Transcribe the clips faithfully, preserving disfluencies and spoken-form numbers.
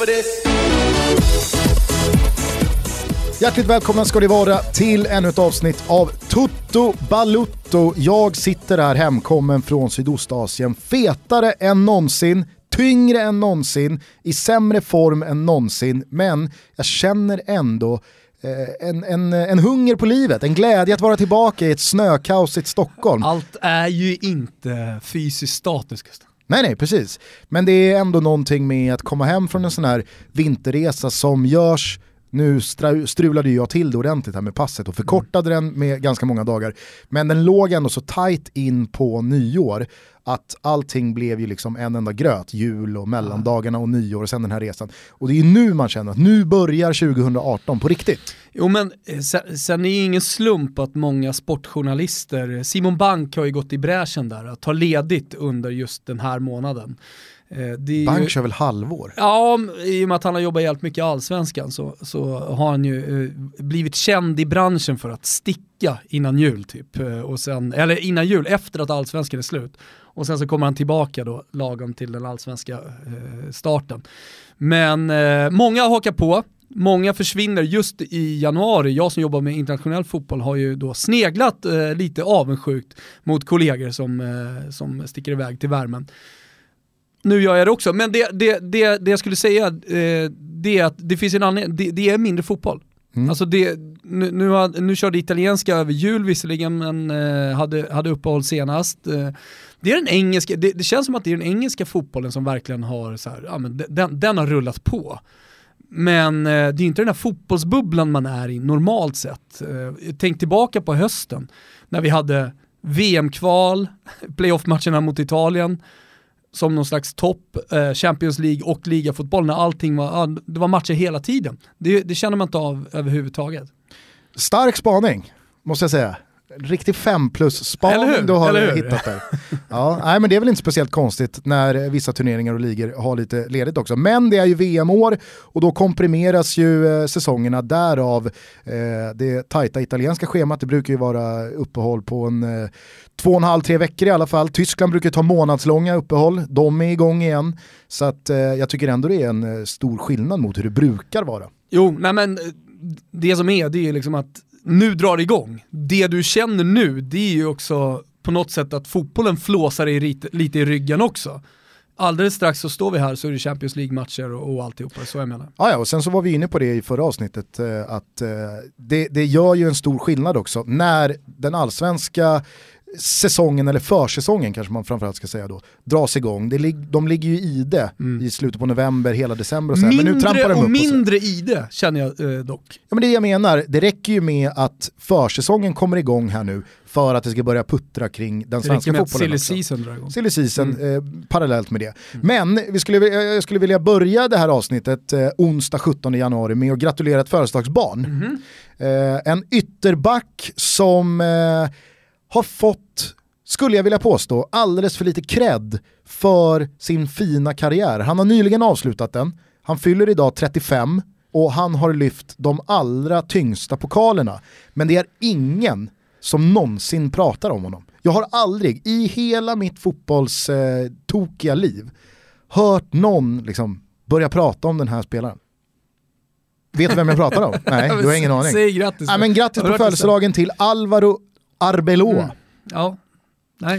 for this? Hjärtligt välkomna ska det vara till ännu ett avsnitt av Toto Balutto. Jag sitter här hemkommen från Sydostasien, fetare än någonsin, tyngre än någonsin, i sämre form än någonsin, men jag känner ändå eh, en, en, en hunger på livet, en glädje att vara tillbaka i ett snökaosigt Stockholm. Allt är ju inte fysiskt statiskt. Nej, nej, precis. Men det är ändå någonting med att komma hem från en sån här vinterresa som görs. Nu stru- strulade jag till det ordentligt här med passet och förkortade mm. den med ganska många dagar. Men den låg ändå så tajt in på nyår att allting blev ju liksom en enda gröt. Jul och mellandagarna och nyår och sen den här resan. Och det är ju nu man känner att nu börjar tjugo arton på riktigt. Jo, men sen, sen är det ingen slump att många sportjournalister, Simon Bank har ju gått i bräschen där, att ta ledigt under just den här månaden. Det Bank ju, kör väl halvår? Ja, i och med att han har jobbat helt mycket i Allsvenskan så, så har han ju eh, blivit känd i branschen för att sticka innan jul typ. Och sen, eller innan jul, efter att Allsvenskan är slut. Och sen så kommer han tillbaka då, lagom till den allsvenska eh, starten. Men eh, många hakar på. Många försvinner just i januari. Jag som jobbar med internationell fotboll har ju då sneglat eh, lite avundsjukt mot kollegor som, eh, som sticker iväg till värmen. Nu gör jag det också, men det, det, det, det jag skulle säga eh, det är att det finns en annan, det, det är mindre fotboll. Mm. Alltså det, nu, nu, har, nu körde italienska över jul visserligen, men eh, hade, hade uppehåll senast. Eh, det är den engelska, det, det känns som att det är den engelska fotbollen som verkligen har så här, ja, men den, den har rullat på. Men eh, det är inte den här fotbollsbubblan man är i normalt sett. Eh, tänk tillbaka på hösten när vi hade V M-kval, playoff-matcherna mot Italien som någon slags topp, eh, Champions League och ligafotboll, när allting var, ja, det var matcher hela tiden. Det, det känner man inte av överhuvudtaget. Stark spaning, måste jag säga. Riktig fem plus spaning du har hittat där. Ja, nej, men det är väl inte speciellt konstigt när vissa turneringar och ligor har lite ledigt också. Men det är ju V M-år och då komprimeras ju eh, säsongerna därav eh, det tajta italienska schemat. Det brukar ju vara uppehåll på en eh, två och en halv, tre veckor i alla fall. Tyskland brukar ta månadslånga uppehåll. De är igång igen. Så att eh, jag tycker ändå det är en eh, stor skillnad mot hur det brukar vara. Jo, nej men det som är, det är liksom att nu drar det igång. Det du känner nu, det är ju också på något sätt att fotbollen flåsar i lite, lite i ryggen också. Alldeles strax så står vi här så är det Champions League-matcher och, och alltihopa, så jag menar. Ja, ja, och sen så var vi inne på det i förra avsnittet att det, det gör ju en stor skillnad också när den allsvenska säsongen, eller försäsongen kanske man framförallt ska säga då, dras igång. Det lig- de ligger ju i det mm. i slutet på november, hela december och så här. Mindre, men nu trampar de och upp mindre och i det känner jag eh, dock. Ja, men det jag menar, det räcker ju med att försäsongen kommer igång här nu för att det ska börja puttra kring den det svenska fotbollen. Silly season drar igång. Silly season mm. eh, parallellt med det. Mm. Men vi skulle, jag skulle vilja börja det här avsnittet eh, onsdag sjuttonde januari med att gratulera ett födelsedagsbarn. Mm. Eh, en ytterback som eh, har fått, skulle jag vilja påstå, alldeles för lite cred för sin fina karriär. Han har nyligen avslutat den. Han fyller idag trettiofem och han har lyft de allra tyngsta pokalerna. Men det är ingen som någonsin pratar om honom. Jag har aldrig i hela mitt fotbollstokiga eh, liv hört någon liksom börja prata om den här spelaren. Vet du vem jag pratar om? Nej, du har ingen aning. Säg grattis. Nej, men grattis på födelsedagen till Alvaro Arbeloa. Mm. Ja, nej.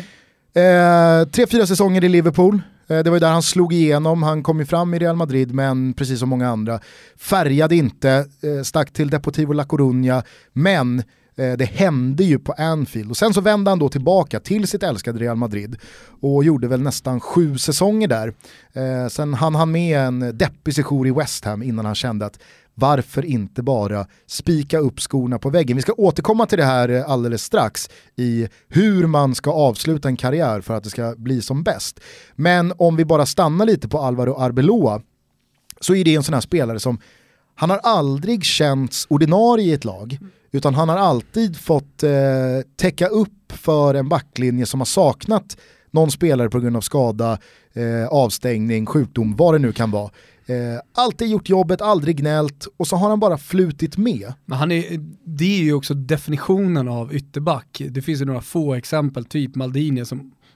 Eh, tre, fyra säsonger i Liverpool. Eh, det var ju där han slog igenom. Han kom ju fram i Real Madrid, men precis som många andra färgade inte. Eh, stack till Deportivo La Coruña, men eh, det hände ju på Anfield. Och sen så vände han då tillbaka till sitt älskade Real Madrid och gjorde väl nästan sju säsonger där. Eh, sen hann han med en deppig sejour i West Ham innan han kände att varför inte bara spika upp skorna på väggen. Vi ska återkomma till det här alldeles strax i hur man ska avsluta en karriär för att det ska bli som bäst. Men om vi bara stannar lite på Alvaro Arbeloa, så är det en sån här spelare som han har aldrig känts ordinarie i ett lag, utan han har alltid fått eh, täcka upp för en backlinje som har saknat någon spelare på grund av skada, eh, avstängning, sjukdom, vad det nu kan vara. Eh, alltid gjort jobbet, aldrig gnällt, och så har han bara flutit med. Men han är, det är ju också definitionen av ytterback. Det finns ju några få exempel, typ Maldini som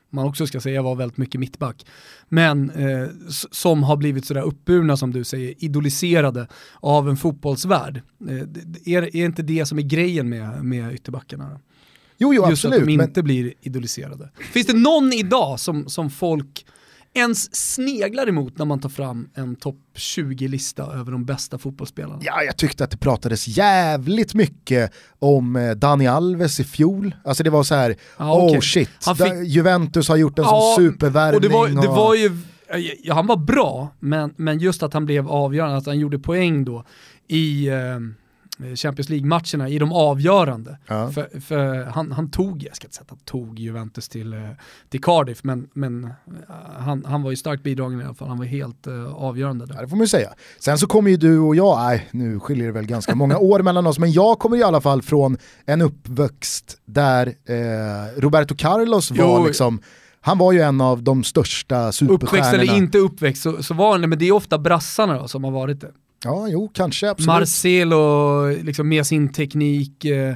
man också ska säga var väldigt mycket mittback. Men eh, som har blivit sådär uppburna, som du säger, idoliserade av en fotbollsvärld. Eh, är, är inte det som är grejen med, med ytterbackarna? Jo, jo, just absolut. att de inte men... blir idoliserade. Finns det någon idag som, som folk ens sneglar emot när man tar fram en topp tjugo-lista över de bästa fotbollsspelarna? Ja, jag tyckte att det pratades jävligt mycket om Dani Alves i fjol. Alltså det var så här, ah, okay. oh shit, fick... Juventus har gjort en ja, sån supervärvning. Och det var, det och... var ju, ja, han var bra, men, men just att han blev avgörande, att han gjorde poäng då i... Eh, Champions League-matcherna i de avgörande. Ja. För, för han, han tog, jag ska inte säga att han tog Juventus till, till Cardiff, men, men han, han var ju starkt bidragande i alla fall. Han var helt uh, avgörande där. Ja, det får man ju säga. Sen så kommer ju du och jag, nej, nu skiljer det väl ganska många år mellan oss, men jag kommer i alla fall från en uppväxt där eh, Roberto Carlos var jo. liksom, han var ju en av de största superstjärnorna. Uppväxt eller inte uppväxt så, så var han, men det är ofta brassarna då, som har varit det. Ja, jo, kanske, absolut. Marcelo liksom med sin teknik. Eh,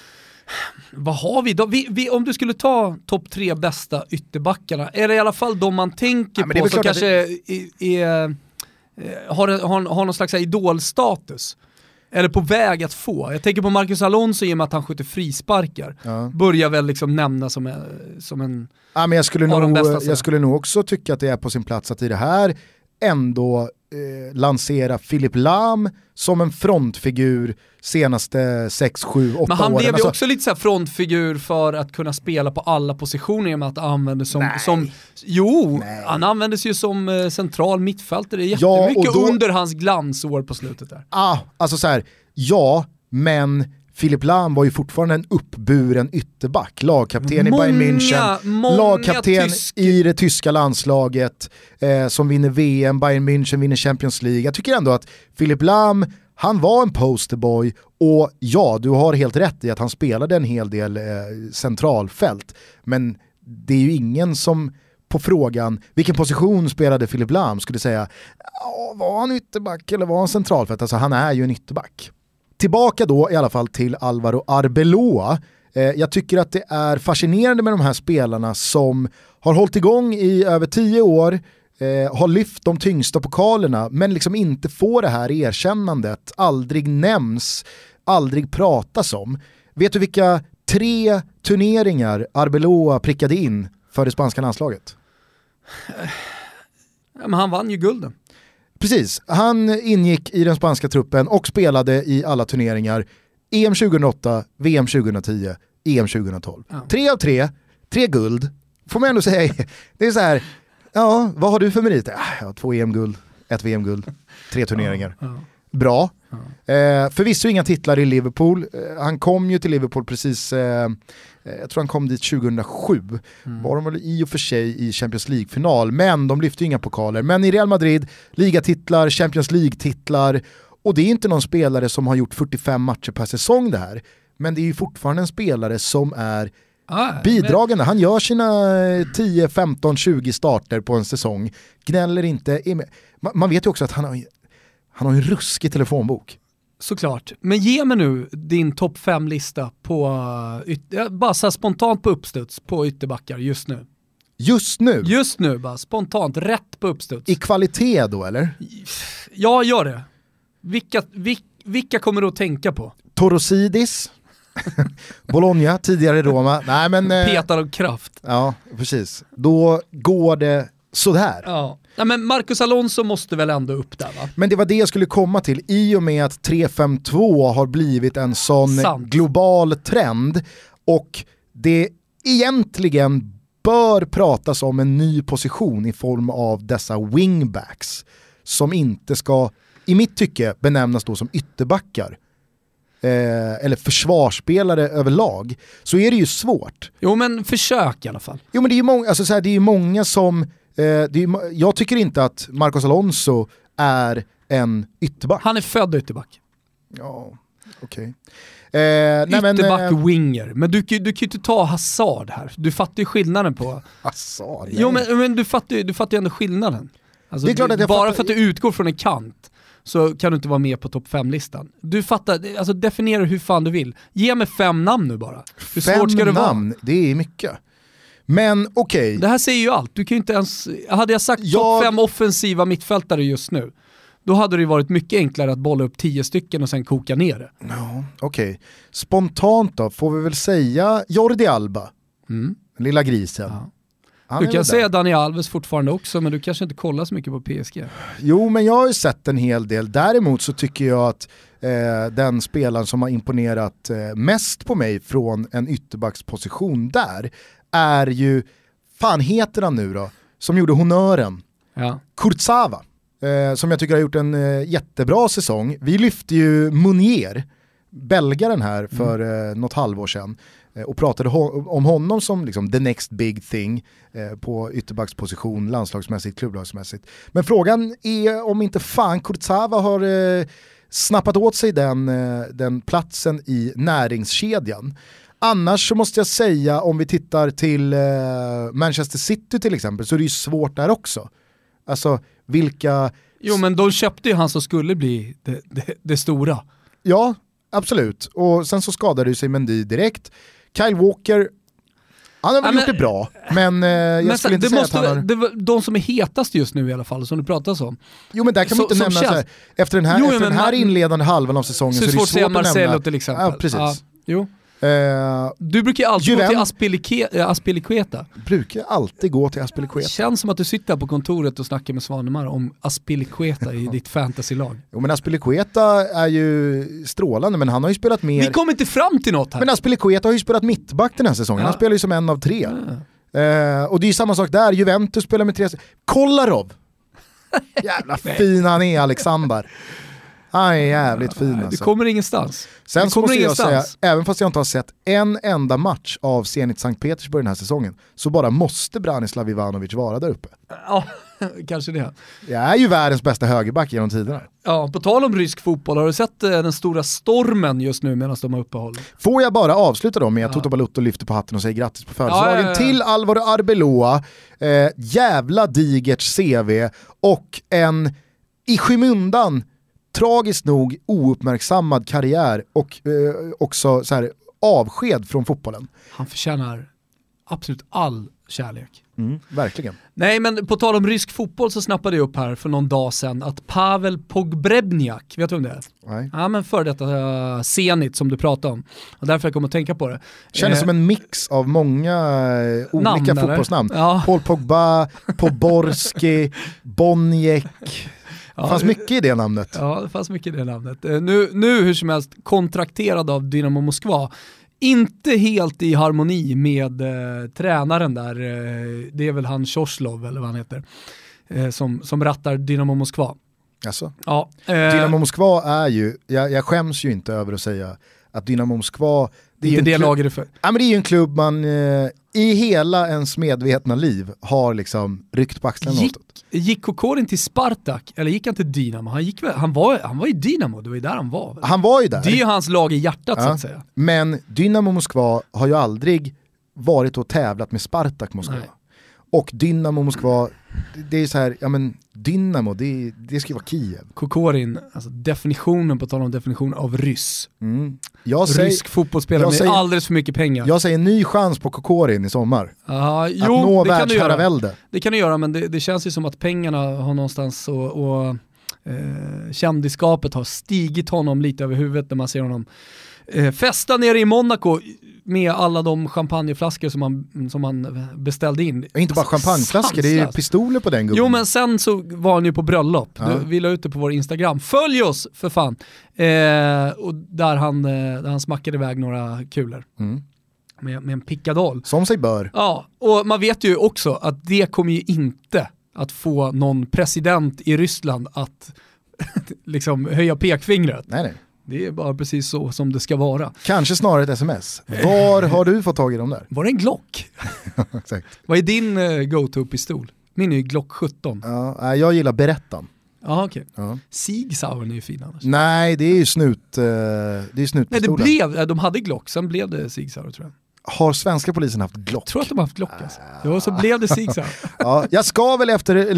vad har vi då? Vi, vi, om du skulle ta topp tre bästa ytterbackarna, är det i alla fall de man tänker ja, på som kanske det... är, är, har, har, har någon slags idolstatus? Eller på väg att få. Jag tänker på Marcus Alonso i och med att han skjuter frisparkar. Ja. Börjar väl liksom nämna som en, som en ja, men jag skulle nog, jag skulle nog också tycka att det är på sin plats att i det här ändå eh, lansera Philipp Lahm som en frontfigur senaste sex, sju, åtta åren. Men han åren. blev ju alltså, också lite så här frontfigur för att kunna spela på alla positioner i och med att han användes som, som jo, Nej. han användes ju som eh, central mittfältare jättemycket ja, då, under hans glansår på slutet där. Ah, alltså så här, ja, men Philipp Lahm var ju fortfarande en uppburen ytterback, lagkapten många, i Bayern München, lagkapten tysk... i det tyska landslaget eh, som vinner V M, Bayern München vinner Champions League. Jag tycker ändå att Philipp Lahm, han var en posterboy och ja, du har helt rätt i att han spelade en hel del eh, centralfält, men det är ju ingen som på frågan vilken position spelade Philipp Lahm skulle säga, var han ytterback eller var han centralfält? Alltså han är ju en ytterback. Tillbaka då i alla fall till Alvaro Arbeloa. Eh, jag tycker att det är fascinerande med de här spelarna som har hållit igång i över tio år, eh, har lyft de tyngsta pokalerna men liksom inte får det här erkännandet, aldrig nämns, aldrig pratas om. Vet du vilka tre turneringar Arbeloa prickade in för det spanska landslaget? Ja, men han vann ju gulden. Precis, han ingick i den spanska truppen och spelade i alla turneringar. E M tjugohundraåtta, V M tjugohundratio, E M tjugohundratolv. Ja. Tre av tre, tre guld. Får man ändå säga, det är så här, ja, vad har du för meriter? Jag har två E M-guld, ett V M-guld, tre turneringar. Ja, ja. Bra. Ja. Eh, förvisso inga titlar i Liverpool. Eh, han kom ju till Liverpool precis, eh, jag tror han kom dit tjugohundrasju. Mm. Var de väl i och för sig i Champions League-final, men de lyfte ju inga pokaler. Men i Real Madrid, ligatitlar, Champions League-titlar, och det är inte någon spelare som har gjort fyrtiofem matcher per säsong det här. Men det är ju fortfarande en spelare som är ah, bidragande. Men... Han gör sina tio, femton, tjugo starter på en säsong. Gnäller inte. Man vet ju också att han har Han har en ruskig telefonbok. Såklart. Men ge mig nu din topp fem-lista på yt- bara så spontant på uppstuds på ytterbackar just nu. Just nu? Just nu, bara spontant, rätt på uppstuds. I kvalitet då, eller? Ja, gör det. Vilka, vilka, vilka kommer du att tänka på? Torosidis, Bologna, tidigare Roma. Nej, men, Petar och kraft. Ja, precis. Då går det sådär. Ja. Ja, men Marcus Alonso måste väl ändå upp där, va? Men det var det jag skulle komma till. I och med att tre fem två har blivit en sån Sant. global trend och det egentligen bör pratas om en ny position i form av dessa wingbacks som inte ska, i mitt tycke, benämnas då som ytterbackar. Eh, eller försvarsspelare överlag, så är det ju svårt. Jo, men försök i alla fall. Jo, men det är ju många, alltså, så här, det är många som Eh, det är, jag tycker inte att Marcos Alonso är en ytterback. Han är född ytterback. Ja, okej. Okay. Eh, Ytterback-winger. Men, eh, men du, du kan ju inte ta Hazard här. Du fattar ju skillnaden på... Hazard? Jo, men, men du fattar ju du fattar ändå skillnaden. Alltså, det är klart att jag bara fattar... för att du utgår från en kant så kan du inte vara med på topp fem-listan. Du fattar, alltså definiera hur fan du vill. Ge mig fem namn nu bara. Hur fem svårt ska det namn, vara? Det är mycket. Men okej. Okay. Det här säger ju allt. Du kan ju inte ens... Hade jag sagt jag... topp fem offensiva mittfältare just nu, då hade det varit mycket enklare att bolla upp tio stycken och sen koka ner det. Ja, okej. Okay. Spontant då får vi väl säga Jordi Alba. Mm. Lilla grisen. Ja. Du kan säga Dani Alves fortfarande också, men du kanske inte kollar så mycket på P S G. Jo, men jag har ju sett en hel del. Däremot så tycker jag att eh, den spelaren som har imponerat eh, mest på mig från en ytterbacksposition där är ju, fan heter han nu då, som gjorde honören. Ja. Kurzawa, eh, som jag tycker har gjort en eh, jättebra säsong. Vi lyfte ju Munier, belgaren här, för mm. eh, något halvår sedan. Och pratade ho- om honom som liksom the next big thing eh, på ytterbacksposition, landslagsmässigt, klubblagsmässigt. Men frågan är om inte fan Kurzawa har eh, snappat åt sig den, eh, den platsen i näringskedjan. Annars så måste jag säga, om vi tittar till eh, Manchester City till exempel, så är det ju svårt där också. Alltså vilka... Jo, men de köpte ju han som skulle bli det, det, det stora. Ja, absolut. Och sen så skadade ju sig Mendy direkt. Kyle Walker, han har väl ja, gjort men, det bra, men eh, jag men, skulle inte säga måste, att han har... Det var de som är hetast just nu i alla fall, som du pratar om. Jo, men där kan man inte nämna så här, efter den här, jo, efter den här man, inledande halvan av säsongen så, så är det svårt, svårt att nämna. Marcelo till exempel. Ja, precis. Ja, jo. Uh, du brukar alltid Juven... gå till Aspilicueta. Brukar alltid gå till Aspilicueta. Känns som att du sitter på kontoret och snackar med Svanemar om Aspilicueta i ditt fantasylag. Jo, men Aspilicueta är ju strålande, men han har ju spelat mer... Vi kommer inte fram till något här. Men Aspilicueta har ju spelat mittback den här säsongen. Ja. Han spelar ju som en av tre. Ja. Uh, och det är ju samma sak där. Juventus spelar med tre... Kolarov! Jävla fin han är, Alexander. Han är jävligt fin alltså. Det kommer ingenstans. Sen så måste jag säga, även fast jag inte har sett en enda match av Zenit Sankt Petersburg den här säsongen, så bara måste Branislav Ivanovic vara där uppe. Ja, kanske det. Jag är ju världens bästa högerback genom tiderna. Ja, på tal om rysk fotboll, har du sett eh, den stora stormen just nu medan de har uppehåll? Får jag bara avsluta då med att ja. Toto Balotto lyfter på hatten och säger grattis på födelsedagen ja, ja, ja. till Alvaro Arbeloa, eh, jävla digert C V och en i skymundan tragiskt nog ouppmärksammad karriär och eh, också så här, avsked från fotbollen. Han förtjänar absolut all kärlek. Mm, verkligen. Nej, men på tal om rysk fotboll så snappade jag upp här för någon dag sedan att Pavel Pogrebniak, vet du om det är? Nej. Ja, men för detta uh, Zenit som du pratade om. Och därför jag kommer att tänka på det. Känns eh, som en mix av många uh, olika namn, fotbollsnamn. Ja. Paul Pogba, Poborski, Boniek. Det fanns mycket i det namnet. Ja, det fanns mycket i det namnet. Nu, nu hur som helst kontrakterad av Dynamo Moskva. Inte helt i harmoni med eh, tränaren där. Eh, det är väl han Shoslov eller vad han heter. Eh, som, som rattar Dynamo Moskva. Alltså. Ja, eh, Dynamo Moskva är ju, jag, jag skäms ju inte över att säga att Dynamo Moskva... Det är inte det laget är för. Ja, men det är ju en klubb man eh, i hela ens medvetna liv har liksom ryckt på axlarna gick, gick Kokorin till Spartak eller gick han till Dynamo? Han, gick, han, var, han var i Dynamo, det var ju där han var. Väl? Han var ju där. Det är ju hans lag i hjärtat ja, så att säga. Men Dynamo Moskva har ju aldrig varit och tävlat med Spartak Moskva. Nej. Och Dynamo Moskva, det är så här, ja men Dynamo, det, det ska ju vara Kiev. Kokorin, alltså definitionen, på tal om definition av ryss. Mm. Jag säger, Rysk fotbollsspelare med säger, alldeles för mycket pengar. Jag säger en ny chans på Kokorin i sommar. Aha, att jo, nå det världsherravälde. Kan det kan du göra, men det, det känns ju som att pengarna har någonstans och, och eh, kändisskapet har stigit honom lite över huvudet när man ser honom eh, festa nere i Monaco med alla de champagneflaskor som man, som man beställde in. Och inte bara alltså, champagneflaskor, det är ju pistoler på den gubben. Jo, men sen så var han ju på bröllop. Ja. Du, vi la ut det på vår Instagram. Följ oss för fan! Eh, och där han, där han smackade iväg några kulor. Mm. Med, med en pickadoll. Som sig bör. Ja, och man vet ju också att det kommer ju inte att få någon president i Ryssland att liksom höja pekfingret. Nej, nej. Det är bara precis så som det ska vara. Kanske snarare ett sms. Var har du fått tag i dem där? Var det en Glock? Exakt. Vad är din uh, go-to-pistol? Min är ju Glock sjutton. Ja, jag gillar Berettan. Aha, okay. Ja, okej. Sig Sauer är ju fin annars. Nej, det är ju snut, uh, det är snutpistolen. Nej, det blev, de hade Glock, sen blev det Sig Sauer tror jag. Har svenska polisen haft Glock? Jag tror att de har haft Glock alltså. Jo, så blev det Sig Sauer. Ja, jag ska väl efter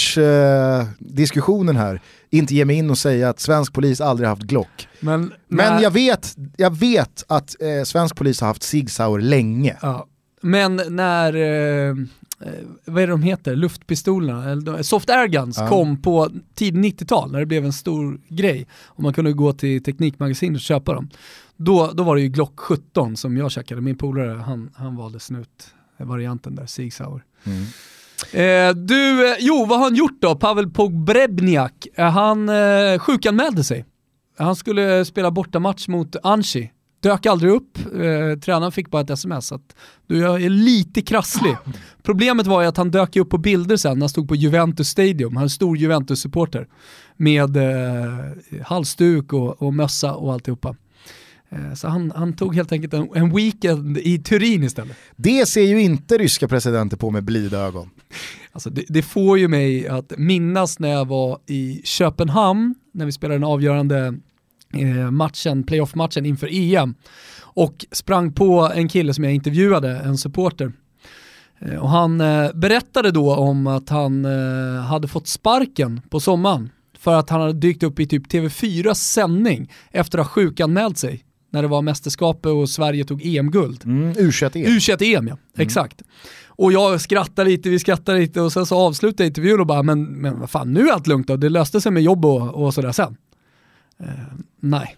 Lodge-diskussionen uh, här inte ge mig in och säga att svensk polis aldrig haft Glock. Men, men jag, vet, jag vet att eh, svensk polis har haft Sig Sauer länge. Ja. Men när, eh, vad är det de heter, luftpistolerna, eller soft air guns ja. kom på tidigt nittiotal när det blev en stor grej och man kunde gå till Teknikmagasinet och köpa dem. Då, då var det ju Glock sjutton som jag checkade. Min polare, han, han valde snut-varianten där, Sig Sauer. Mm. Eh, du, jo, vad har han gjort då? Pavel Pogrebniak, han eh, sjukanmälde sig. Han skulle spela bortamatch mot Anchi. Dök aldrig upp. Eh, tränaren fick bara ett sms att du är lite krasslig. Problemet var ju att han dök upp på bilder sen när han stod på Juventus Stadium. Han är en stor Juventus-supporter med eh, halsduk och, och mössa och alltihopa. Eh, så han, han tog helt enkelt en, en weekend i Turin istället. Det ser ju inte ryska presidenter på med blida ögon. Alltså det, det får ju mig att minnas när jag var i Köpenhamn när vi spelade den avgörande eh, matchen, playoff-matchen inför E M och sprang på en kille som jag intervjuade, en supporter. Eh, och han eh, berättade då om att han eh, hade fått sparken på sommaren för att han hade dykt upp i typ T V fyras sändning efter att ha sjukanmält sig när det var mästerskapet och Sverige tog E M-guld. Mm, U tjugoett E M. U tjugoett E M, ja. Mm. Exakt. Och jag skrattar lite, vi skrattar lite och sen så avslutar intervjun och bara, men, men vad fan, nu är allt lugnt då. Det löste sig med jobb och, och sådär sen. Uh, nej.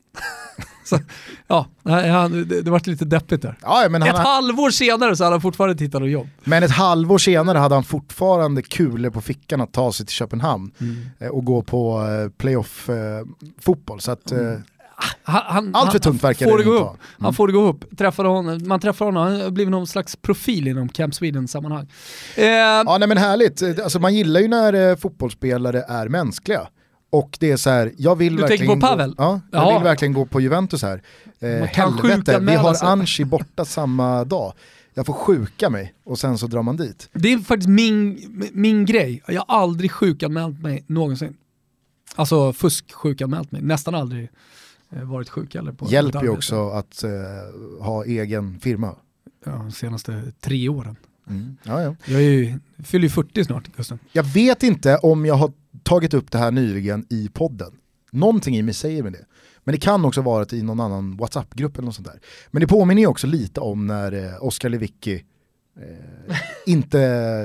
så, ja, det, det, det var lite deppigt där. Ja, men ett han, halvår senare så hade han fortfarande tittat och jobb. Men ett halvår senare hade han fortfarande kulor på fickan att ta sig till Köpenhamn mm. och gå på uh, playoff-fotboll. Uh, så att... Uh, mm. Han, han, Allt för tungt verkar det inte mm. Han får det gå upp. Träffade honom, man träffar honom, han har blivit någon slags profil inom Camp Sweden-sammanhang. Eh, ja, nej men härligt. Alltså, man gillar ju när eh, fotbollsspelare är mänskliga. Och det är så här, jag vill du verkligen tänker på Pavel? Gå, ja, jag ja. vill verkligen gå på Juventus här. Eh, helvete, vi har Anchi borta samma dag. Jag får sjuka mig och sen så drar man dit. Det är faktiskt min, min grej. Jag har aldrig sjukanmält mig någonsin. Alltså fusksjukanmält mig. Nästan aldrig varit sjuk eller på. Hjälper ju också att uh, ha egen firma. Ja, de senaste tre åren. Mm. Ja, ja. Jag är ju, fyller ju fyrtio snart, Gusten. Jag vet inte om jag har tagit upp det här nyligen i podden. Någonting i mig säger med det. Men det kan också vara i någon annan WhatsApp-grupp eller något sånt där. Men det påminner ju också lite om när eh, Oskar Lewicki eh, inte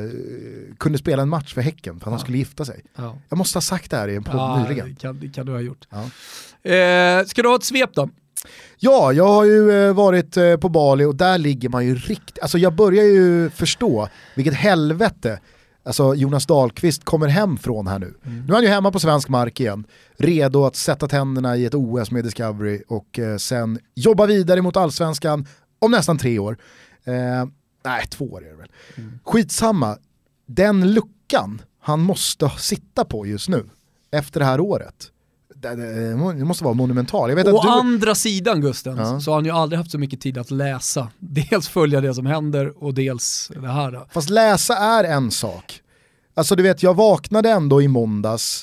eh, kunde spela en match för Häcken för att ja. han skulle gifta sig. Ja. Jag måste ha sagt det här i en podd ja, nyligen. Det kan, det kan du ha gjort. Ja. Eh, ska du ha ett svep då? Ja, jag har ju eh, varit eh, på Bali och där ligger man ju riktigt... Alltså jag börjar ju förstå vilket helvete alltså Jonas Dahlqvist kommer hem från här nu. Mm. Nu är han ju hemma på svensk mark igen. Redo att sätta tänderna i ett O S med Discovery och eh, sen jobba vidare mot Allsvenskan om nästan tre år. Eh, nej, två år är det väl. Mm. Skitsamma. Den luckan han måste sitta på just nu efter det här året. Det, det, det måste vara monumental. Jag vet Å att du... andra sidan, Gusten, ja. så har han ju aldrig haft så mycket tid att läsa. Dels följa det som händer och dels det här. Då. Fast läsa är en sak. Alltså du vet, jag vaknade ändå i måndags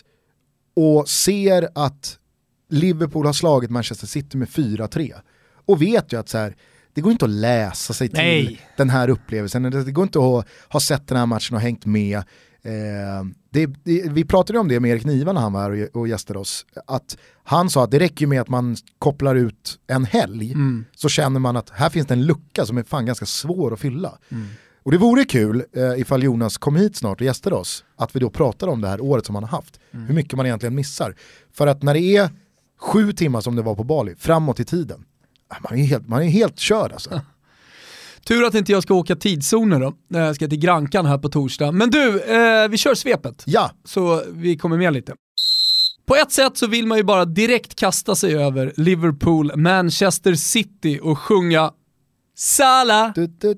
och ser att Liverpool har slagit Manchester City med fyra tre. Och vet ju att så här, det går inte att läsa sig till Nej. den här upplevelsen. Det går inte att ha sett den här matchen och hängt med. Eh, det, det, vi pratade om det med Erik Niva när han var här och, och gästade oss, att han sa att det räcker med att man kopplar ut en helg mm. så känner man att här finns det en lucka som är fan ganska svår att fylla. Mm. Och det vore kul eh, ifall Jonas kom hit snart och gästade oss, att vi då pratar om det här året som han har haft. Mm. Hur mycket man egentligen missar. För att när det är sju timmar som det var på Bali, framåt i tiden, man är ju helt, man är helt körd alltså. Tur att inte jag ska åka tidszoner då. Jag ska till Grankan här på torsdag. Men du, eh, vi kör svepet. Ja. Så vi kommer med lite. På ett sätt så vill man ju bara direkt kasta sig över Liverpool, Manchester City och sjunga Salah.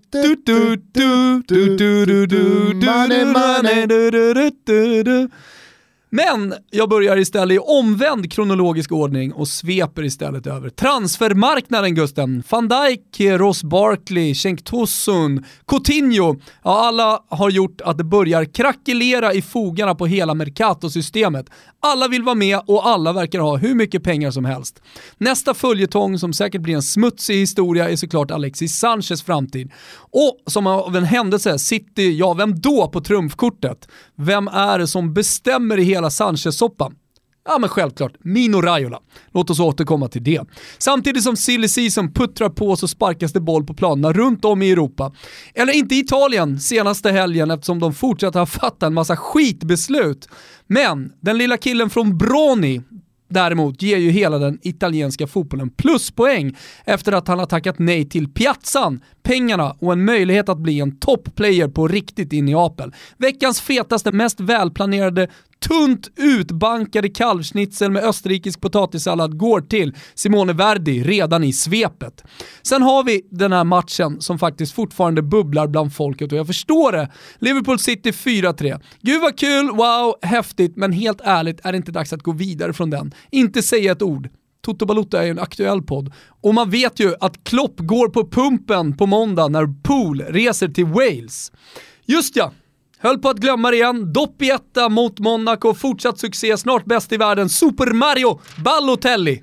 Men jag börjar istället i omvänd kronologisk ordning och sveper istället över transfermarknaden, Gusten. Van Dijk, Ross Barkley, Cenk Tosun, Coutinho. Ja, alla har gjort att det börjar krackelera i fogarna på hela Mercato-systemet. Alla vill vara med och alla verkar ha hur mycket pengar som helst. Nästa följetong som säkert blir en smutsig historia är såklart Alexis Sanchez framtid. Och som av en händelse, City, ja vem då på trumfkortet? Vem är det som bestämmer i hela Sanchez-soppan? Ja, men självklart, Mino Raiola. Låt oss återkomma till det. Samtidigt som silly season puttrar på så sparkas det boll på planerna runt om i Europa. Eller inte i Italien senaste helgen eftersom de fortsätter att fatta en massa skitbeslut. Men den lilla killen från Broni däremot ger ju hela den italienska fotbollen pluspoäng efter att han har tackat nej till Piazzan, pengarna och en möjlighet att bli en toppplayer på riktigt i Neapel. Veckans fetaste, mest välplanerade, tunt utbankade kalvschnitzel med österrikisk potatissallad går till Simone Verdi redan i svepet. Sen har vi den här matchen som faktiskt fortfarande bubblar bland folket och jag förstår det. Liverpool City fyra tre. Gud vad kul, wow, häftigt, men helt ärligt är det inte dags att gå vidare från den. Inte säga ett ord. Toto Balotto är ju en aktuell podd. Och man vet ju att Klopp går på pumpen på måndag när Pool reser till Wales. Just ja. Höll på att glömma det igen. Dopp i etta mot Monaco. Fortsatt succé. Snart bäst i världen. Super Mario Balotelli.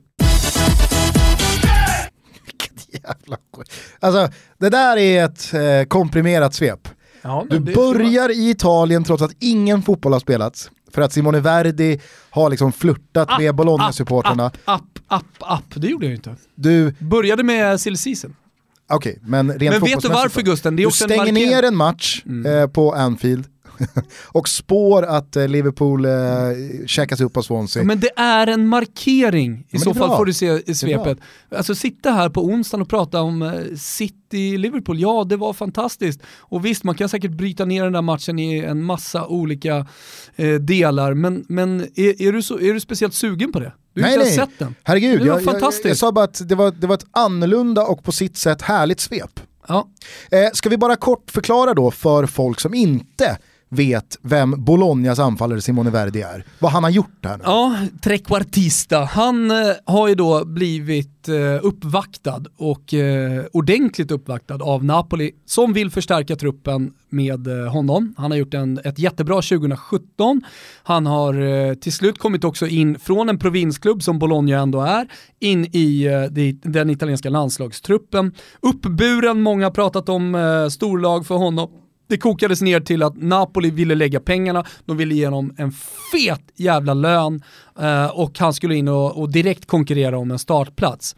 Vilket jävla skit. Alltså, det där är ett eh, komprimerat svep. Ja, du börjar i Italien trots att ingen fotboll har spelats. För att Simone Verdi har liksom flirtat app, med Bologna-supporterna. App, app, app, app. Det gjorde jag ju inte. Du började med silly season. Okej, okay, men rent Men vet du varför, Gusten? Det är du också stänger en ner en match mm. eh, på Anfield och spår att eh, Liverpool eh, käkas upp av Swansea. Ja, men det är en markering. I ja, så fall bra. får du se i svepet. Alltså sitta här på onsdagen och prata om eh, City Liverpool. Ja, det var fantastiskt. Och visst, man kan säkert bryta ner den där matchen i en massa olika eh, delar. Men, men är, är, du så, är du speciellt sugen på det? Du har nej, inte nej. sett den. Herregud, det var jag, fantastiskt. Jag, jag sa bara att det var, det var ett annorlunda och på sitt sätt härligt svep. Ja. Eh, ska vi bara kort förklara då för folk som inte vet vem Bolognas anfallare Simone Verdi är. Vad han har gjort här nu. Ja, trequartista. Han eh, har ju då blivit eh, uppvaktad och eh, ordentligt uppvaktad av Napoli som vill förstärka truppen med eh, honom. Han har gjort en, ett jättebra tjugohundrasjutton. Han har eh, till slut kommit också in från en provinsklubb som Bologna ändå är in i eh, det, den italienska landslagstruppen. Uppburen, många har pratat om eh, storlag för honom. Det kokades ner till att Napoli ville lägga pengarna, de ville ge honom en fet jävla lön eh, och han skulle in och, och direkt konkurrera om en startplats.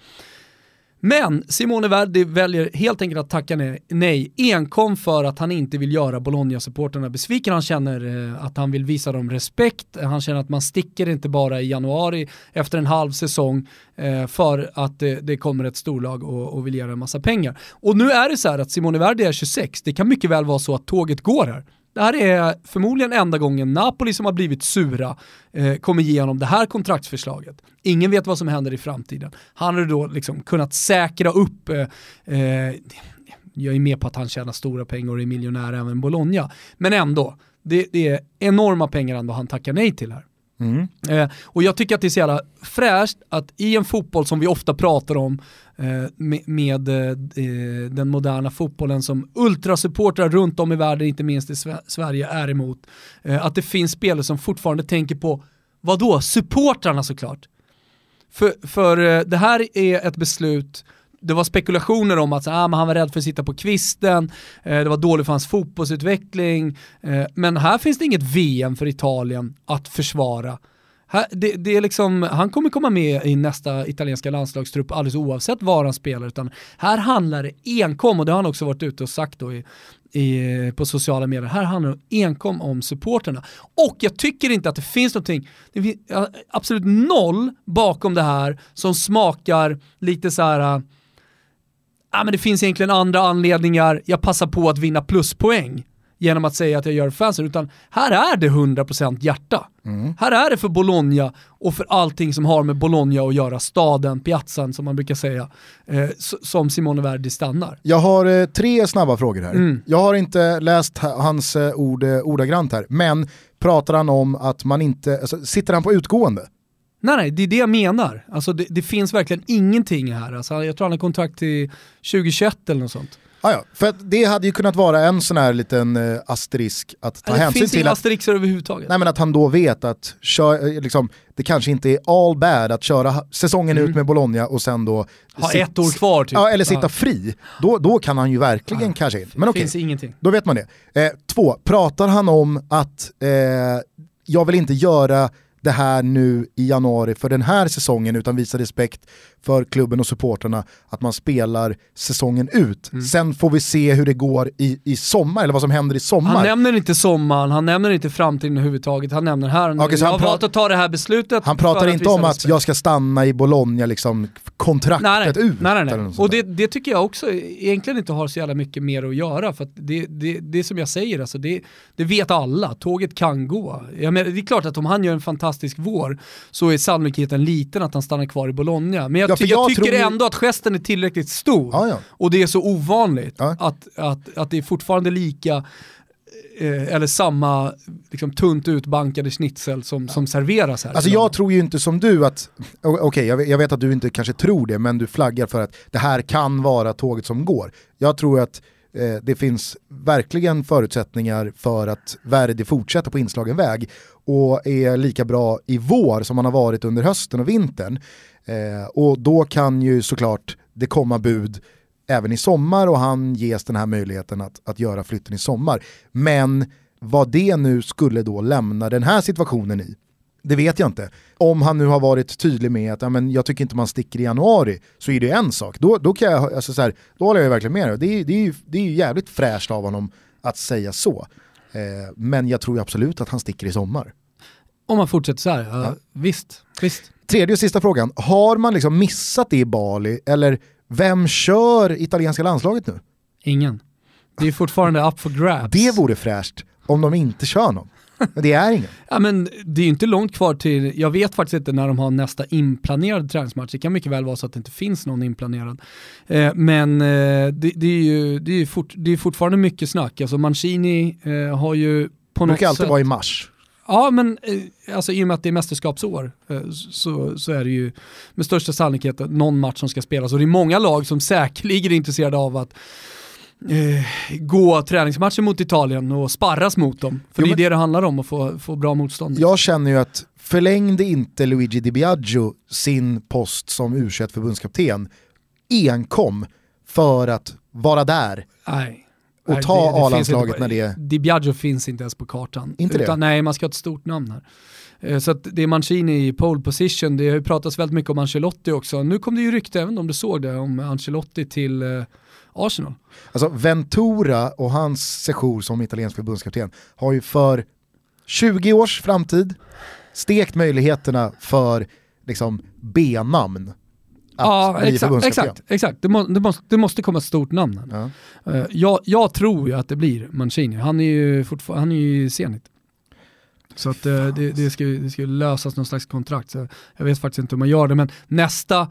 Men Simone Verdi väljer helt enkelt att tacka nej, nej enkom för att han inte vill göra Bologna-supporterna besviken. Han känner eh, att han vill visa dem respekt. Han känner att man sticker inte bara i januari efter en halv säsong eh, för att det, det kommer ett storlag och, och vill göra en massa pengar. Och nu är det så här att Simone Verdi är tjugosex. Det kan mycket väl vara så att tåget går här. Det här är förmodligen enda gången Napoli som har blivit sura eh, kommer igenom det här kontraktsförslaget. Ingen vet vad som händer i framtiden. Han har då liksom kunnat säkra upp, eh, eh, jag är med på att han tjänar stora pengar och är miljonär även Bologna. Men ändå, det, det är enorma pengar ändå han tackar nej till här. Mm. Eh, och jag tycker att det är så jävla fräscht att i en fotboll som vi ofta pratar om eh, med, med eh, den moderna fotbollen som ultrasupportrar runt om i världen, inte minst i Sve- Sverige är emot, eh, att det finns spelare som fortfarande tänker på vad då? Supportrarna såklart. För, för eh, det här är ett beslut. Det var spekulationer om att så, ah, men han var rädd för att sitta på kvisten, eh, det var dåligt för hans fotbollsutveckling, eh, men här finns det inget V M för Italien att försvara. Här, det, det är liksom, han kommer komma med i nästa italienska landslagstrupp alldeles oavsett var han spelar, utan här handlar det enkom, och det har han också varit ute och sagt då i, i, på sociala medier, här handlar det enkom om supporterna. Och jag tycker inte att det finns någonting, det finns absolut noll bakom det här som smakar lite så här. Ja, men det finns egentligen andra anledningar. Jag passar på att vinna pluspoäng genom att säga att jag gör fansen, utan här är det hundra procent hjärta. Mm. Här är det för Bologna och för allting som har med Bologna att göra, staden, piazzan som man brukar säga, eh, som Simone Verdi stannar. Jag har eh, tre snabba frågor här. Mm. Jag har inte läst hans eh, ord eh, ordagrant här, men pratar han om att man inte, alltså, sitter han på utgående? Nej, nej, det är det jag menar. Alltså det, det finns verkligen ingenting här. Alltså jag tror han har kontrakt till tjugohundratjugoett eller något sånt. Ah, ja, för att det hade ju kunnat vara en sån här liten uh, asterisk att ta det hänsyn finns till. inga att, asterixer överhuvudtaget. Nej, men att han då vet att kör, liksom, det kanske inte är all bad att köra säsongen mm. ut med Bologna och sen då ha sit, ett år kvar typ. Ja, eller sitta ja. fri. Då, då kan han ju verkligen ja. kanske in. Men okej, finns ingenting. Då vet man det. Eh, två, pratar han om att eh, jag vill inte göra det här nu i januari för den här säsongen, utan visa respekt för klubben och supporterna att man spelar säsongen ut. Mm. Sen får vi se hur det går i, i sommar, eller vad som händer i sommar. Han nämner inte sommaren, han nämner inte framtiden överhuvudtaget, han nämner här nu. Okay, jag har valt att ta det här beslutet. Han pratar inte om att jag ska stanna i Bologna, liksom kontraktet nej, nej. ut. Nej, nej, nej. Och det, det tycker jag också egentligen inte har så jävla mycket mer att göra, för att det, det, det är som jag säger, alltså det, det vet alla, tåget kan gå. Jag menar, det är klart att om han gör en fantastisk vår så är sannolikheten liten att han stannar kvar i Bologna. Men jag, ja, ty- jag jag tycker tror... ändå att gesten är tillräckligt stor. Ja, ja. Och det är så ovanligt ja. att, att, att det är fortfarande lika eh, eller samma liksom, tunt utbankade schnitzel som, ja. som serveras här. Alltså jag tror ju inte som du att, okej okay, jag, jag vet att du inte kanske tror det, men du flaggar för att det här kan vara tåget som går. Jag tror att eh, det finns verkligen förutsättningar för att Verdi fortsätter på inslagen väg och är lika bra i vår som man har varit under hösten och vintern. Eh, och då kan ju såklart det komma bud även i sommar och han ges den här möjligheten att, att göra flytten i sommar. Men vad det nu skulle då lämna den här situationen i, det vet jag inte. Om han nu har varit tydlig med att ja, men jag tycker inte man sticker i januari, så är det en sak. Då, då, kan jag, alltså så här, då håller jag verkligen med. Det är, det, är ju, det är ju jävligt fräscht av honom att säga så. Eh, men jag tror absolut att han sticker i sommar. Om man fortsätter så här, ja. Ja, visst, visst. Tredje och sista frågan. Har man liksom missat det i Bali? Eller vem kör italienska landslaget nu? Ingen. Det är fortfarande up for grabs. Det vore fräscht om de inte kör någon. Men det är ingen. Ja, men det är inte långt kvar till, jag vet faktiskt inte när de har nästa inplanerad träningsmatch. Det kan mycket väl vara så att det inte finns någon inplanerad. Eh, men eh, det, det är ju det är fort, det är fortfarande mycket snack. Alltså Mancini eh, har ju på något sätt... Det brukar alltid vara i mars. Ja, men alltså, i och med att det är mästerskapsår så, så är det ju med största sannolikhet någon match som ska spelas. Och det är många lag som säkerligen är intresserade av att eh, gå träningsmatcher mot Italien och sparras mot dem. För jo, det är det det handlar om, att få, få bra motstånd. Jag känner ju att förlängde inte Luigi Di Biagio sin post som U tjugoett-förbundskapten enkom för att vara där. Nej. Och nej, ta det, det A-landslaget när det är... Di Biagio finns inte ens på kartan. Inte utan, det? Nej, man ska ha ett stort namn här. Så att det är Mancini i pole position. Det har ju pratats väldigt mycket om Ancelotti också. Nu kom det ju rykte, även om du såg det, om Ancelotti till eh, Arsenal. Alltså Ventura och hans sejour som italiensk förbundskapten har ju för tjugo års framtid stekt möjligheterna för liksom B-namn. Ja, exakt, exakt, exakt. Det, må, det, måste, det måste komma ett stort namn. Ja. Uh, jag, jag tror ju att det blir Mancini. Han är ju fortfarande, han är ju senigt. Så att uh, det, det, ska, det ska lösas någon slags kontrakt. Så jag vet faktiskt inte hur man gör det, men nästa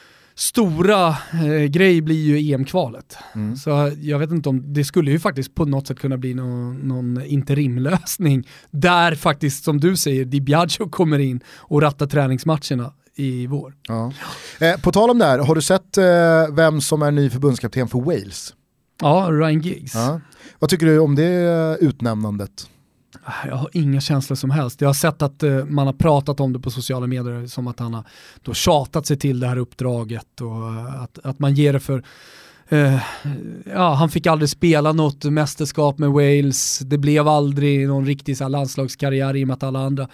stora eh, grej blir ju E M-kvalet. Mm. Så jag vet inte om, det skulle ju faktiskt på något sätt kunna bli någon, någon interimlösning där faktiskt, som du säger, Di Biagio kommer in och rattar träningsmatcherna i vår. Ja. Eh, på tal om det här, har du sett eh, vem som är ny förbundskapten för Wales? Ja, Ryan Giggs. Ja. Vad tycker du om det utnämnandet? Jag har inga känslor som helst. Jag har sett att uh, man har pratat om det på sociala medier som att han har då tjatat sig till det här uppdraget och uh, att, att man ger det för uh, ja, han fick aldrig spela något mästerskap med Wales. Det blev aldrig någon riktig så här, landslagskarriär i och med att alla andra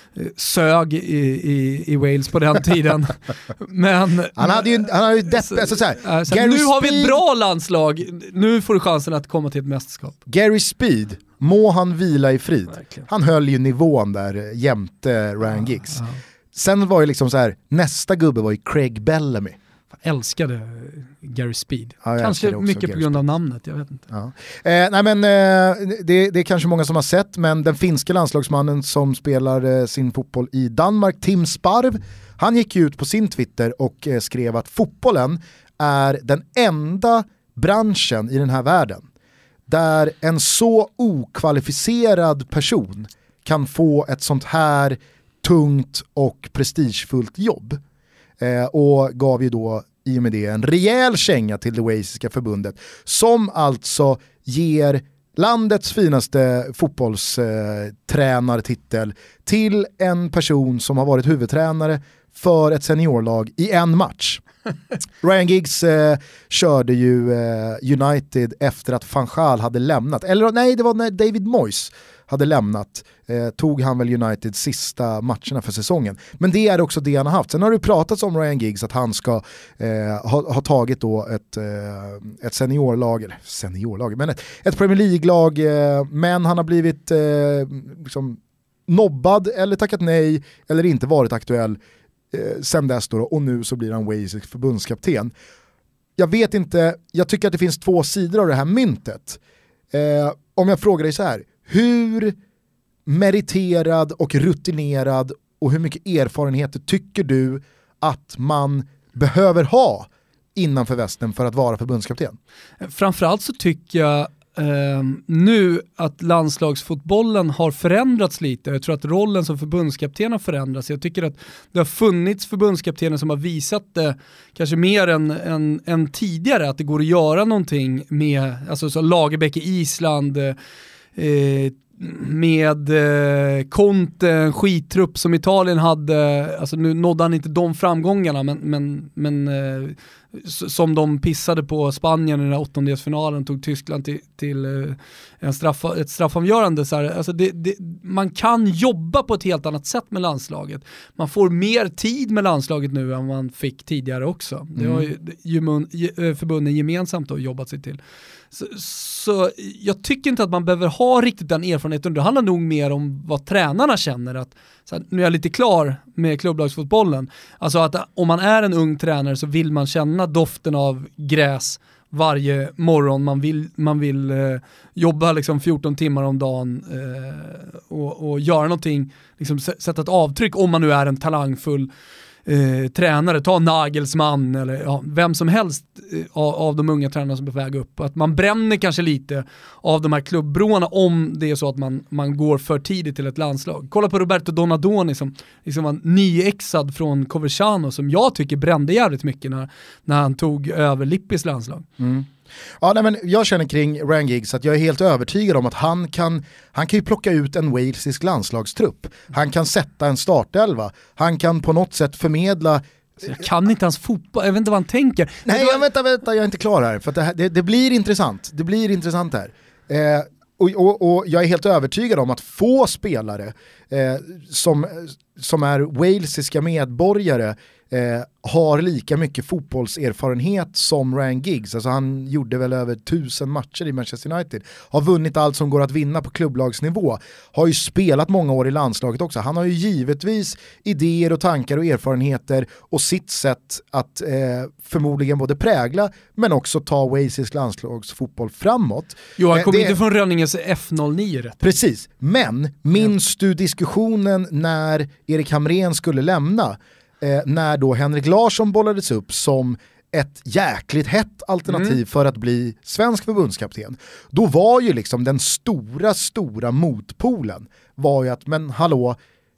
sög i, i, i Wales på den tiden. Men han hade ju, han hade ju depp, alltså så här, så här, nu har vi ett bra landslag, nu får du chansen att komma till ett mästerskap. Gary Speed, må han vila i frid. Verkligen. Han höll ju nivån där jämte Ryan Giggs. Ja, ja. Sen var ju liksom så här, nästa gubbe var ju Craig Bellamy. Jag älskade Gary Speed. Ja, kanske mycket Gary på grund av Speed. namnet, jag vet inte. Ja. Eh, nej men eh, det, det är kanske många som har sett, men den finska landslagsmannen som spelar eh, sin fotboll i Danmark, Tim Sparv, han gick ut på sin Twitter och eh, skrev att fotbollen är den enda branschen i den här världen där en så okvalificerad person kan få ett sånt här tungt och prestigefullt jobb. Eh, och gav ju då i och med det en rejäl känga till det walesiska förbundet som alltså ger landets finaste fotbollstränartitel eh, till en person som har varit huvudtränare för ett seniorlag i en match. Ryan Giggs eh, körde ju eh, United efter att Van Gaal hade lämnat. Eller nej, det var när David Moyes hade lämnat eh, tog han väl Uniteds sista matcherna för säsongen. Men det är också det han har haft. Sen har det pratats om Ryan Giggs att han ska eh, ha, ha tagit då ett, eh, ett seniorlag, eller seniorlag, men ett, ett Premier League-lag, eh, men han har blivit eh, liksom nobbad eller tackat nej eller inte varit aktuell eh, sen dess då, och nu så blir han Wales förbundskapten. Jag vet inte, jag tycker att det finns två sidor av det här myntet. Eh, om jag frågar dig så här, hur meriterad och rutinerad och hur mycket erfarenheter tycker du att man behöver ha innanför västen för att vara förbundskapten? Framförallt så tycker jag Uh, nu att landslagsfotbollen har förändrats lite. Jag tror att rollen som förbundskapten har förändrats. Jag tycker att det har funnits förbundskaptener som har visat det kanske mer än, än, än tidigare, att det går att göra någonting med, alltså så Lagerbäck i Island, eh, med eh, Conte, en skittrupp som Italien hade. Alltså nu nådde han inte de framgångarna, men, men, men eh, som de pissade på Spanien i den här åttondelsfinalen, tog Tyskland till, till en straff, ett straffavgörande. Så här, alltså det, det, man kan jobba på ett helt annat sätt med landslaget. Man får mer tid med landslaget nu än man fick tidigare också. Mm. Det har ju förbunden gemensamt då jobbat sig till. Så, så jag tycker inte att man behöver ha riktigt den erfarenheten. Det handlar nog mer om vad tränarna känner. Att, så här, nu är jag lite klar med klubblagsfotbollen. Alltså att om man är en ung tränare så vill man känna doften av gräs varje morgon. Man vill, man vill eh, jobba liksom fjorton timmar om dagen eh, och, och göra någonting, liksom, sätta ett avtryck om man nu är en talangfull Eh, tränare, ta Nagelsmann eller ja, vem som helst eh, av, av de unga tränarna som är på väg upp. Att man bränner kanske lite av de här klubbbroarna om det är så att man, man går för tidigt till ett landslag. Kolla på Roberto Donadoni som liksom var nyexad från Coverciano, som jag tycker brände jävligt mycket när, när han tog över Lippis landslag. Mm. Ja, nej, men jag känner kring Ryan Giggs att jag är helt övertygad om att han kan, han kan ju plocka ut en walesisk landslagstrupp. Han kan sätta en startelva. Han kan på något sätt förmedla. Jag kan inte hans fotboll, jag vet inte vad han tänker. Nej, jag vänta, vänta, jag är inte klar här. För att det, här, det, det blir intressant. Det blir intressant här. Eh, och, och, och jag är helt övertygad om att få spelare eh, som, som är walesiska medborgare Eh, har lika mycket fotbollserfarenhet som Ryan Giggs. Alltså han gjorde väl över tusen matcher i Manchester United. Har vunnit allt som går att vinna på klubblagsnivå. Har ju spelat många år i landslaget också. Han har ju givetvis idéer och tankar och erfarenheter och sitt sätt att eh, förmodligen både prägla men också ta walesisk landslagsfotboll framåt. Jo, han kom eh, inte från Rönningens F noll nio rätt. Precis, men minns ja. du diskussionen när Erik Hamrén skulle lämna? Eh, när då Henrik Larsson bollades upp som ett jäkligt hett alternativ mm. för att bli svensk förbundskapten. Då var ju liksom den stora, stora motpolen var ju att, men hallå,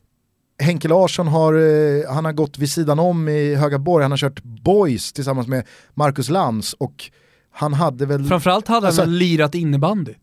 Henke Larsson har, eh, han har gått vid sidan om i Högaborg, han har kört boys tillsammans med Marcus Lantz och han hade väl... Framförallt hade alltså, han väl lirat innebandy.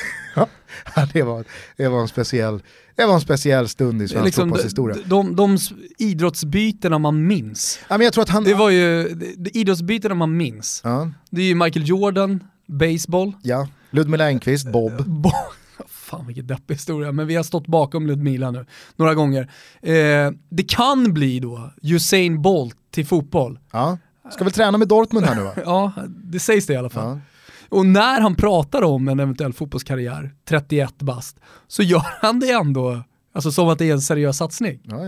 Ja, det var, det var en speciell det var en speciell stund i svensk liksom fotbollshistoria. De, de, de idrottsbytena man minns. Ja, men jag tror att han... Det var ju de idrottsbytena man minns. Ja. Det är ju Michael Jordan, baseball. Ja, Ludmila Engqvist, Bob. Bob. Fan vilken deppig historia, men vi har stått bakom Ludmila nu några gånger. Eh, det kan bli då Usain Bolt till fotboll. Ja, ska väl träna med Dortmund här nu va? Ja, det sägs det i alla fall. Ja. Och när han pratar om en eventuell fotbollskarriär, trettioett bast, så gör han det ändå alltså som att det är en seriös satsning. Ja, ja.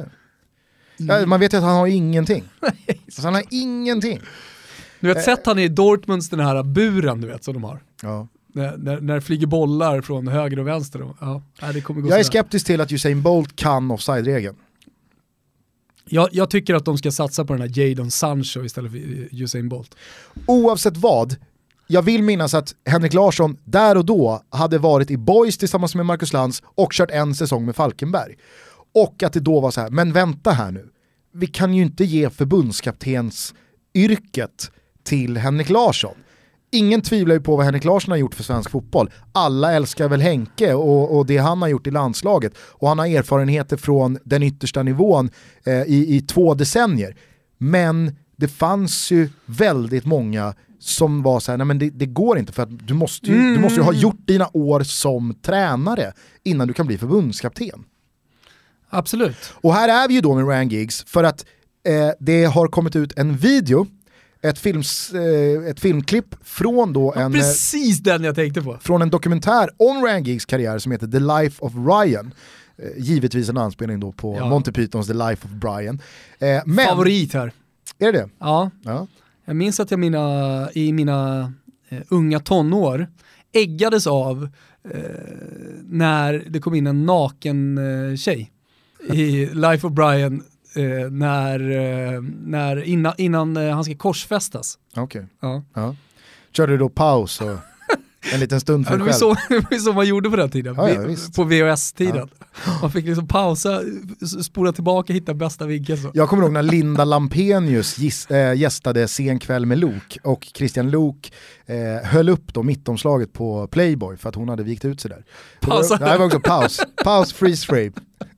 Ja, man vet ju att han har ingenting. Alltså, han har ingenting. Du vet, äh, sett han i Dortmunds den här buren du vet som de har. Ja. När, när, när det flyger bollar från höger och vänster. Och, ja, det kommer gå jag är sådär. skeptisk till att Usain Bolt kan offside-regeln. Jag, jag tycker att de ska satsa på den här Jadon Sancho istället för Usain Bolt. Oavsett vad, jag vill minnas att Henrik Larsson där och då hade varit i boys tillsammans med Marcus Lantz och kört en säsong med Falkenberg. Och att det då var så här, men vänta här nu. Vi kan ju inte ge förbundskaptens yrket till Henrik Larsson. Ingen tvivlar ju på vad Henrik Larsson har gjort för svensk fotboll. Alla älskar väl Henke och, och det han har gjort i landslaget. Och han har erfarenheter från den yttersta nivån eh, i, i två decennier. Men det fanns ju väldigt många som var så här, nej men det, det går inte för att du måste, ju, mm. du måste ju ha gjort dina år som tränare innan du kan bli förbundskapten. Absolut. Och här är vi ju då med Ryan Giggs för att eh, det har kommit ut en video, ett, films, eh, ett filmklipp från då en... Precis den jag tänkte på. Från en dokumentär om Ryan Giggs karriär som heter The Life of Ryan. Eh, givetvis en anspelning då på ja. Monty Pythons The Life of Brian. Eh, men, Favorit här. Är det det? Ja. ja. Jag minns att jag mina, i mina eh, unga tonår äggades av eh, när det kom in en naken eh, tjej i Life of Brian eh, när, eh, när innan, innan eh, han ska korsfästas. Okej. Okay. Ja. Ja. Körde du då paus och en liten stund för ja, det själv? Det var så man gjorde på den tiden, ja, ja, på V H S-tiden. Ja. Man fick liksom pausa, spola tillbaka, hitta bästa vinkeln. Så. Jag kommer ihåg när Linda Lampenius gis, äh, gästade Sen kväll med Luke och Christian Luke äh, höll upp då mittomslaget på Playboy för att hon hade vikt ut sig där. Pausa. Det var också paus, paus, freeze frame.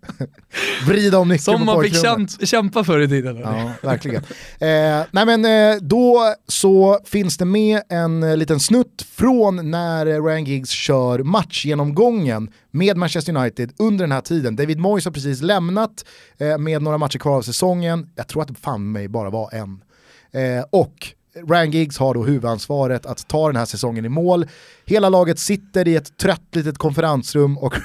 Vrida om nyckeln som på man fick pojkrummet. kämpa för i tiden. Ja, verkligen. Eh, nej men eh, då så finns det med en eh, liten snutt från när eh, Ryan Giggs kör matchgenomgången med Manchester United under den här tiden. David Moyes har precis lämnat eh, med några matcher kvar av säsongen. Jag tror att det fan mig bara var en. Eh, och Ryan Giggs har då huvudansvaret att ta den här säsongen i mål. Hela laget sitter i ett trött litet konferensrum och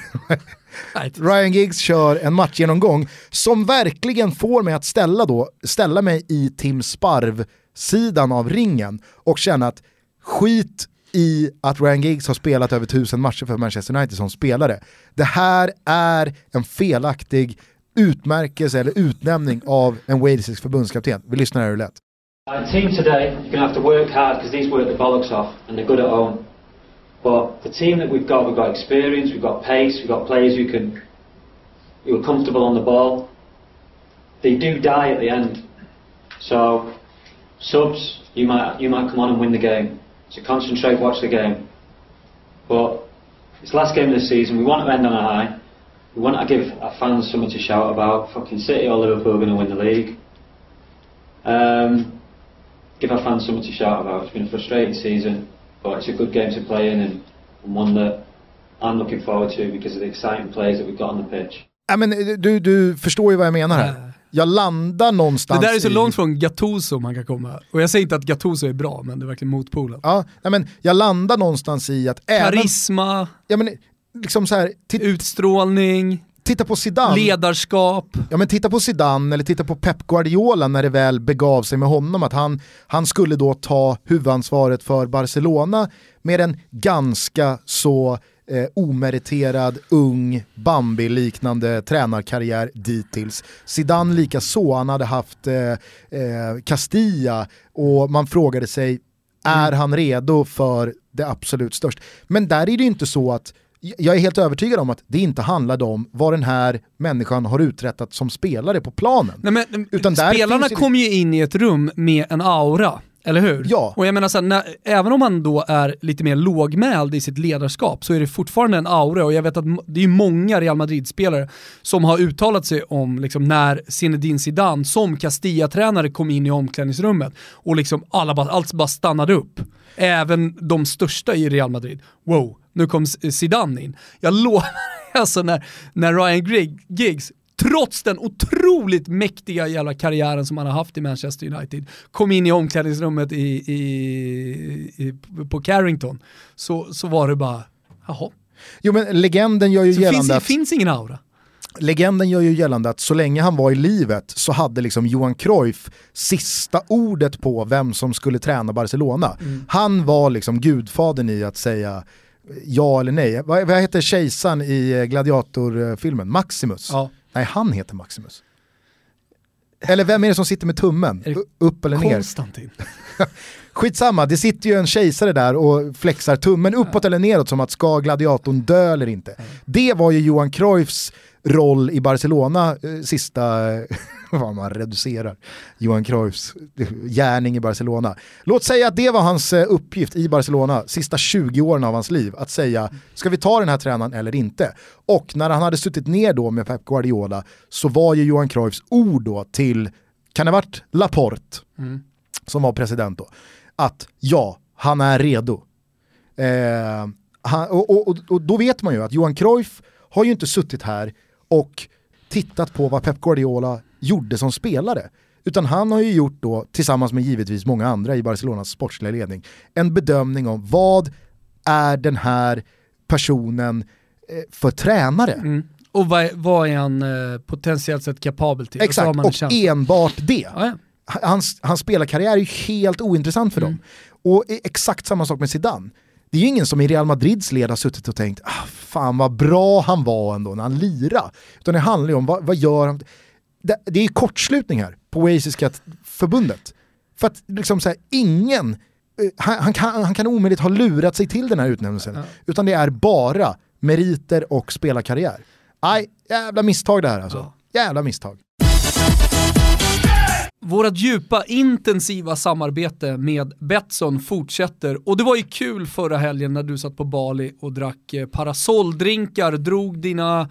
Ryan Giggs kör en matchgenomgång som verkligen får mig att ställa, då, ställa mig i Tim Sparv-sidan av ringen och känna att skit i att Ryan Giggs har spelat över tusen matcher för Manchester United som spelare. Det här är en felaktig utmärkelse eller utnämning av en walesisk förbundskapten. Vi lyssnar här hur lätt. Our team today, you're going to have to work hard because these work the bollocks off and they're good at home. But the team that we've got, we've got experience, we've got pace, we've got players who can, who are comfortable on the ball. They do die at the end. So subs, you might you might come on and win the game. So concentrate, watch the game. But it's the last game of the season. We want to end on a high. We want to give our fans something to shout about. Fucking City or Liverpool are going to win the league. Um, give our fans something to shout about. It's been a frustrating season, but it's a good game to play in and, and one that I'm looking forward to because of the exciting players that we've got on the pitch. Ja, men du, du förstår ju vad jag menar här. Jag landar någonstans. Det där är så i... långt från Gattuso man kan komma. Och jag säger inte att Gattuso är bra, men det är verkligen motpolen. Ja, ja, men jag landar någonstans i att karisma, även, ja, men liksom så här, t- utstrålning, titta på Zidane. Ledarskap. Ja, men titta på Zidane eller titta på Pep Guardiola när det väl begav sig med honom att han, han skulle då ta huvudansvaret för Barcelona med en ganska så eh, omeriterad, ung, Bambi-liknande tränarkarriär dittills. Zidane lika så, han hade haft eh, eh, Castilla och man frågade sig, är mm. han redo för det absolut störst? Men där är det inte så att jag är helt övertygad om att det inte handlade om vad den här människan har uträttat som spelare på planen. Nej, men, Utan spelarna ju... kom ju in i ett rum med en aura, eller hur? Ja. Och jag menar så här, när, även om man då är lite mer lågmäld i sitt ledarskap så är det fortfarande en aura, och jag vet att det är många Real Madrid-spelare som har uttalat sig om liksom, när Zinedine Zidane som Castilla-tränare kom in i omklädningsrummet och liksom alla bara, allt bara stannade upp. Även de största i Real Madrid. Wow, nu kom Zidane in. Jag lovar, alltså när, när Ryan Giggs, trots den otroligt mäktiga jävla karriären som han har haft i Manchester United, kom in i omklädningsrummet i, i, i, på Carrington, så, så var det bara, jaha. Jo, men legenden gör ju så gällande finns, att... finns ingen aura. Legenden gör ju gällande att så länge han var i livet så hade liksom Johan Cruyff sista ordet på vem som skulle träna Barcelona. Mm. Han var liksom gudfadern i att säga ja eller nej. Vad, vad heter kejsaren i gladiatorfilmen? Maximus? Ja. Nej, han heter Maximus. Eller vem är det som sitter med tummen? Upp eller ner? Konstantin. Skitsamma, det sitter ju en kejsare där och flexar tummen uppåt ja. eller neråt som att ska gladiatorn dö eller inte. Ja. Det var ju Johan Cruyffs roll i Barcelona eh, sista, vad man reducerar Johan Cruyffs gärning i Barcelona. Låt säga att det var hans eh, uppgift i Barcelona sista tjugo åren av hans liv, att säga, ska vi ta den här tränaren eller inte? Och när han hade suttit ner då med Pep Guardiola så var ju Johan Cruyffs ord då till kan det ha varit Laporte mm. som var president då, att ja, han är redo. Eh, han, och, och, och då vet man ju att Johan Cruyff har ju inte suttit här och tittat på vad Pep Guardiola gjorde som spelare, utan han har ju gjort då, tillsammans med givetvis många andra i Barcelonas sportsliga ledning, en bedömning om vad är den här personen eh, för tränare. Mm. Och vad, vad är han eh, potentiellt sett kapabel till? Exakt, och, och enbart det. Ah, ja. Hans, hans spelarkarriär är ju helt ointressant för mm. dem. Och exakt samma sak med Zidane. Det är ju ingen som i Real Madrids led har suttit och tänkt ah, fan vad bra han var ändå när han lirade. Utan det handlar ju om vad, vad gör han? Det, det är ju kortslutning här på Oasiska förbundet. För att liksom så här, ingen han, han, kan, han kan omöjligt ha lurat sig till den här utnämnelsen. Mm. Utan det är bara meriter och spelarkarriär. Aj, jävla misstag det här alltså. Ja. Jävla misstag. Vårat djupa, intensiva samarbete med Betsson fortsätter. Och det var ju kul förra helgen när du satt på Bali och drack parasolldrinkar, drog dina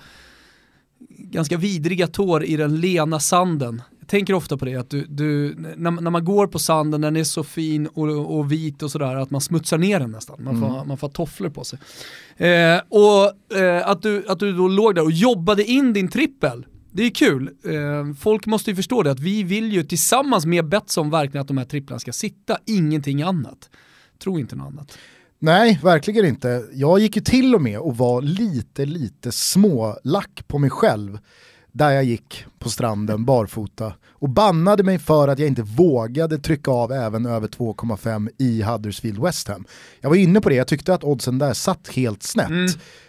ganska vidriga tår i den lena sanden. Jag tänker ofta på det, att du, du, när, när man går på sanden, den är så fin och, och vit och sådär, att man smutsar ner den nästan. Man får, mm. man får tofflor på sig. Eh, och eh, att, du, att du då låg där och jobbade in din trippel. Det är kul. Eh, folk måste ju förstå det, att vi vill ju tillsammans med Betsson verkligen att de här tripplarna ska sitta. Ingenting annat. Tro inte något annat. Nej, verkligen inte. Jag gick ju till och med och var lite, lite smålack på mig själv där jag gick på stranden barfota och bannade mig för att jag inte vågade trycka av även över två komma fem i Huddersfield West Ham. Jag var inne på det, jag tyckte att oddsen där satt helt snett. Mm.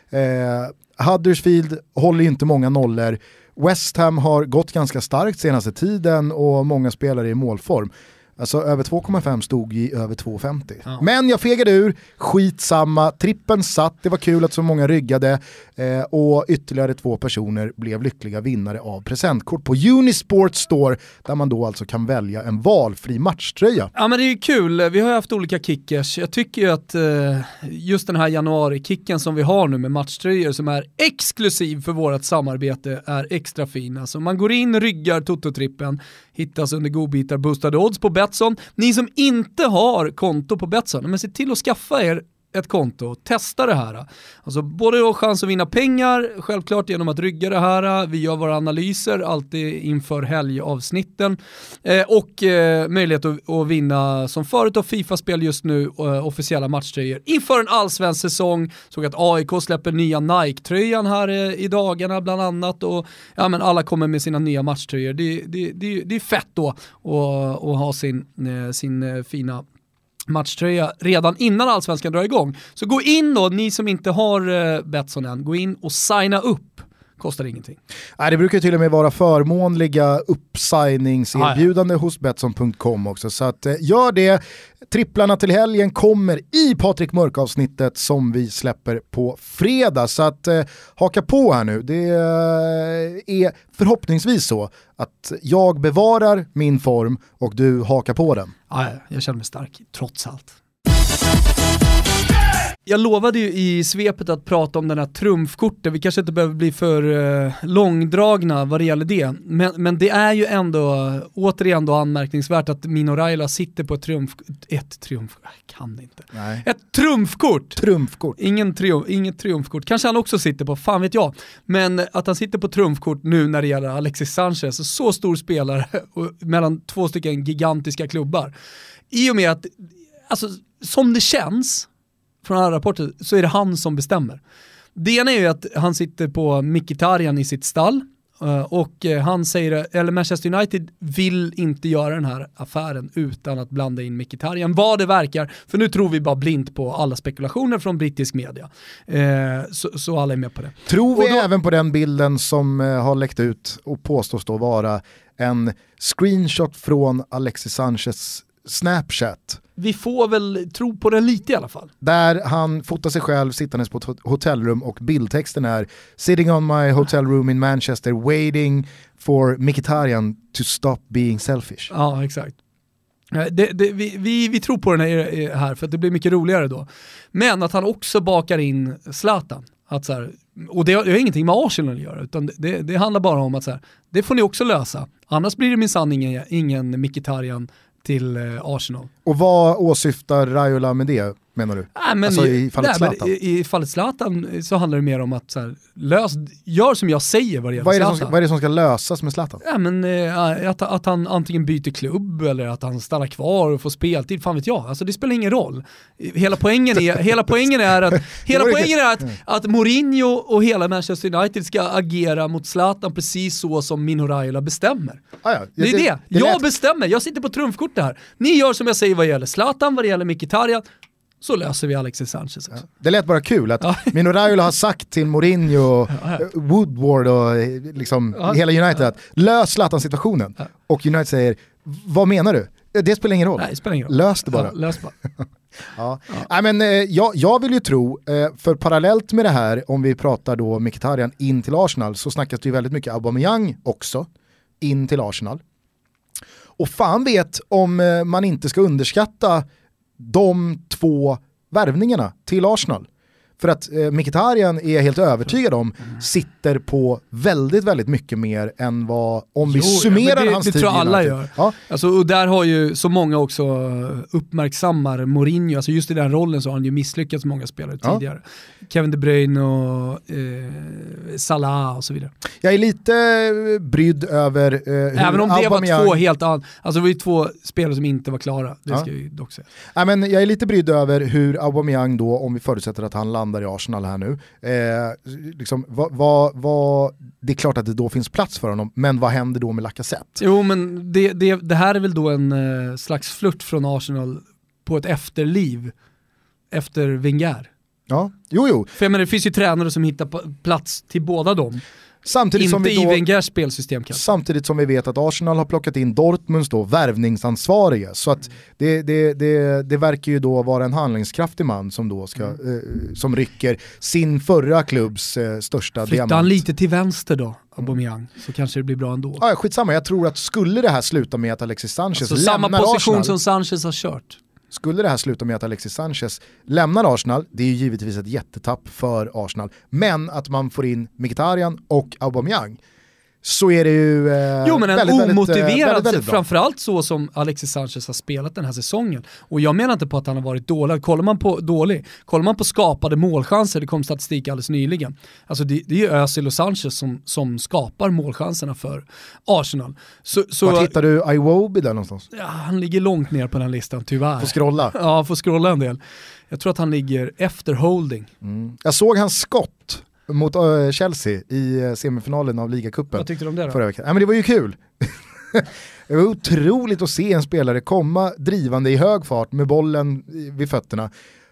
Eh, Huddersfield håller inte många nollor. West Ham har gått ganska starkt senaste tiden och många spelare i målform. Alltså över två komma fem stod i över två femtio. Ja. Men jag fegade ur, skitsamma, trippen satt, det var kul att så många ryggade eh, och ytterligare två personer blev lyckliga vinnare av presentkort på Unisport Store, där man då alltså kan välja en valfri matchtröja. Ja, men det är ju kul, vi har ju haft olika kickers. Jag tycker ju att eh, just den här januari-kicken som vi har nu med matchtröjor som är exklusiv för vårt samarbete är extra fin. Alltså man går in, ryggar Toto-trippen, hittas under godbitar boostade odds på Betsson. Ni som inte har konto på Betsson, men se till att skaffa er ett konto, testa det här. Alltså både har chans att vinna pengar, självklart genom att rygga det här. Vi gör våra analyser alltid inför helgavsnitten. Eh, och eh, möjlighet att, att vinna som förut av FIFA-spel just nu, eh, officiella matchtröjor. Inför en allsvensk säsong såg att A I K släpper nya Nike-tröjan här eh, i dagarna bland annat. Och ja, men alla kommer med sina nya matchtröjor. Det, det, det, det är fett då att, att ha sin, eh, sin eh, fina matchtröja redan innan allsvenskan drar igång. Så gå in då, ni som inte har uh, Betsson än, gå in och signa upp. Kostar ingenting. Nej, det brukar till och med vara förmånliga uppsigningserbjudande ah, ja. hos Betsson punkt com också. Så att, eh, gör det. Tripplarna till helgen kommer i Patrik Mörk-avsnittet som vi släpper på fredag. Så att eh, haka på här nu. Det eh, är förhoppningsvis så att jag bevarar min form och du hakar på den. Ja, jag känner mig stark, trots allt. Jag lovade ju i svepet att prata om den här trumfkorten. Vi kanske inte behöver bli för uh, långdragna vad det gäller det. Men, men det är ju ändå återigen då anmärkningsvärt att Mino Raiola sitter på ett trumf... Ett triumf... Jag kan inte. Nej. Ett trumfkort! Trumfkort. Ingen triumf, inget triumfkort. Kanske han också sitter på, fan vet jag. Men att han sitter på trumfkort nu när det gäller Alexis Sanchez. Så stor spelare och, mellan två stycken gigantiska klubbar. I och med att, alltså som det känns från alla rapporter så är det han som bestämmer. Det ena är ju att han sitter på Mkhitaryan i sitt stall och han säger, eller Manchester United vill inte göra den här affären utan att blanda in Mkhitaryan, vad det verkar, för nu tror vi bara blint på alla spekulationer från brittisk media. Eh, så, så alla är med på det. Tror vi då, även på den bilden som eh, har läckt ut och påstås då vara en screenshot från Alexis Sanchez Snapchat. Vi får väl tro på den lite i alla fall. Där han fotar sig själv sittandes på ett hotellrum och bildtexten är "Sitting on my hotel room in Manchester waiting for Mkhitaryan to stop being selfish." Ja, exakt. Det, det, vi, vi, vi tror på den här, här för att det blir mycket roligare då. Men att han också bakar in Zlatan. Att så här, och det har, det har ingenting med Arsenal att göra, utan det, det handlar bara om att så här, det får ni också lösa. Annars blir det minsann ingen, ingen Mkhitaryan till eh, Arsenal. Och vad åsyftar Raiola med det, menar du? Nej, men alltså i fallet nej, Zlatan? Men i, I fallet Zlatan så handlar det mer om att så här, lös, gör som jag säger vad det gäller vad är det Zlatan. som ska, vad är det som ska lösas med Zlatan? Ja, men, eh, att, att han antingen byter klubb eller att han stannar kvar och får speltid, fan vet jag. Alltså det spelar ingen roll. Hela poängen är, hela poängen är, att, hela poängen är att, att Mourinho och hela Manchester United ska agera mot Zlatan precis så som Mino Raiola bestämmer. Ah, ja. Det är det. det, det jag lät... bestämmer. Jag sitter på trumfkort här. Ni gör som jag säger vad gäller Zlatan, vad det gäller Mkhitaryan. Så löser vi Alexis Sanchez också. Ja. Det lät bara kul att ja. Mino Raiola har sagt till Mourinho, och ja, ja. Woodward och liksom ja. hela United ja. att lös Zlatan-situationen. Ja. Och United säger, vad menar du? Det spelar ingen roll. Nej, det spelar ingen roll. Lös det bara. Ja, lös bara. ja. Ja. Nej, men, eh, jag, jag vill ju tro, eh, för parallellt med det här, om vi pratar då Mkhitaryan in till Arsenal, så snackas det ju väldigt mycket Aubameyang också in till Arsenal. Och fan vet om eh, man inte ska underskatta de två värvningarna till Arsenal. För att eh, Mkhitaryan är helt övertygad om sitter på väldigt, väldigt mycket mer än vad, om vi jo, summerar det, hans det tid. Det tror alla gör. Ja. Alltså, och där har ju så många också uppmärksammar Mourinho, alltså just i den rollen så har han ju misslyckats många spelare ja. tidigare. Kevin De Bruyne och eh, Salah och så vidare. Jag är lite brydd över eh, hur även om det Aubameyang... var två helt andra, alltså det var ju två spelare som inte var klara, det ja. ska jag ju dock säga. Ja, men jag är lite brydd över hur Aubameyang då, om vi förutsätter att han landar i Arsenal här nu, eh, liksom, vad, vad, vad, det är klart att det då finns plats för honom, men vad händer då med Lacazette? Jo, men det, det, det här är väl då en eh, slags flört från Arsenal på ett efterliv efter Wenger. Ja, jo jo. För jag menar, det finns ju tränare som hittar plats till båda dem. Samtidigt inte som vi då, i Wengers spelsystem kanske. Samtidigt som vi vet att Arsenal har plockat in Dortmunds då värvningsansvariga, så att det, det, det, det verkar ju då vara en handlingskraftig man som då ska mm. eh, som rycker sin förra klubbs eh, största Flyttar diamant. Han lite till vänster då, Aubameyang, så kanske det blir bra ändå. Ja, skitsamma, jag tror att skulle det här sluta med att Alexis Sanchez alltså, lämnar samma position Arsenal, som Sanchez har kört. Skulle det här sluta med att Alexis Sanchez lämnar Arsenal, det är ju givetvis ett jättetapp för Arsenal, men att man får in Mkhitaryan och Aubameyang, så är det ju eh, jo, men en väldigt, omotiverad, väldigt, väldigt, väldigt framförallt så som Alexis Sanchez har spelat den här säsongen. Och jag menar inte på att han har varit dålig. Kollar man på dålig, kollar man på skapade målchanser, det kom statistik alldeles nyligen. Alltså det, det är ju Özil och Sanchez som, som skapar målchanserna för Arsenal. Så, så, var hittar du Iwobi där någonstans? Ja, han ligger långt ner på den listan, tyvärr. Får scrolla. Ja, får scrolla en del. Jag tror att han ligger efter Holding. Mm. Jag såg hans skott mot uh, Chelsea i semifinalen av ligacupen. Vad tyckte du om det då? Förra veckan. Ja, men det var ju kul. Det var otroligt att se en spelare komma drivande i hög fart med bollen vid fötterna,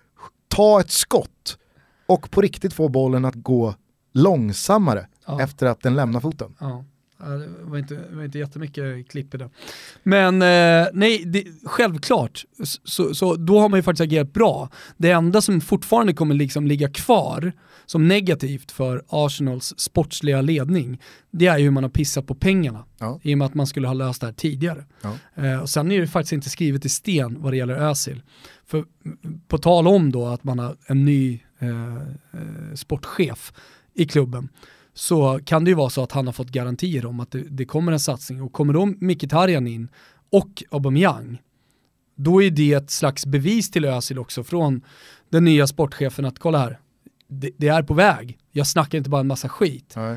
ta ett skott och på riktigt få bollen att gå långsammare ja. efter att den lämnar foten. Ja. Det var inte, det var inte jättemycket klipp i det. Men eh, nej, det, självklart så, så då har man ju faktiskt agerat bra. Det enda som fortfarande kommer liksom ligga kvar som negativt för Arsenals sportsliga ledning, det är ju hur man har pissat på pengarna. Ja. I och med att man skulle ha löst det här tidigare. Ja. Eh, och sen är det faktiskt inte skrivet i sten vad det gäller Özil. För på tal om då att man har en ny eh, eh, sportchef i klubben, så kan det ju vara så att han har fått garantier om att det, det kommer en satsning. Och kommer då Mkhitaryan in och Aubameyang, då är det ett slags bevis till Özil också från den nya sportchefen att kolla här, det, det är på väg. Jag snackar inte bara en massa skit. Nej.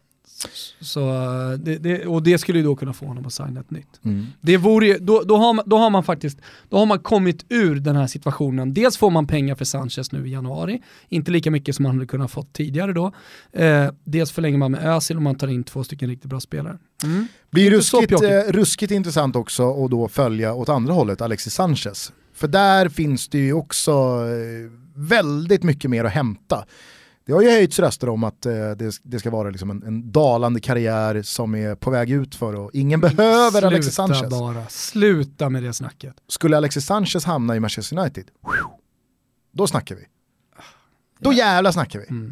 Så, det, det, och det skulle ju då kunna få honom att signa ett nytt. Mm. Det vore, då, då, har man, då har man faktiskt då har man kommit ur den här situationen. Dels får man pengar för Sanchez nu i januari. Inte lika mycket som man hade kunnat fått tidigare då. Eh, dels förlänger man med Özil och man tar in två stycken riktigt bra spelare. Mm. Blir ruskigt, eh, ruskigt intressant också att då följa åt andra hållet Alexis Sanchez. För där finns det ju också eh, väldigt mycket mer att hämta. Det har ju höjts röster om att eh, det, det ska vara liksom en, en dalande karriär som är på väg ut för och ingen behöver Sluta Alexis Sanchez. Bara. Sluta med det snacket. Skulle Alexis Sanchez hamna i Manchester United, då snackar vi. Då jävla snackar vi. Mm.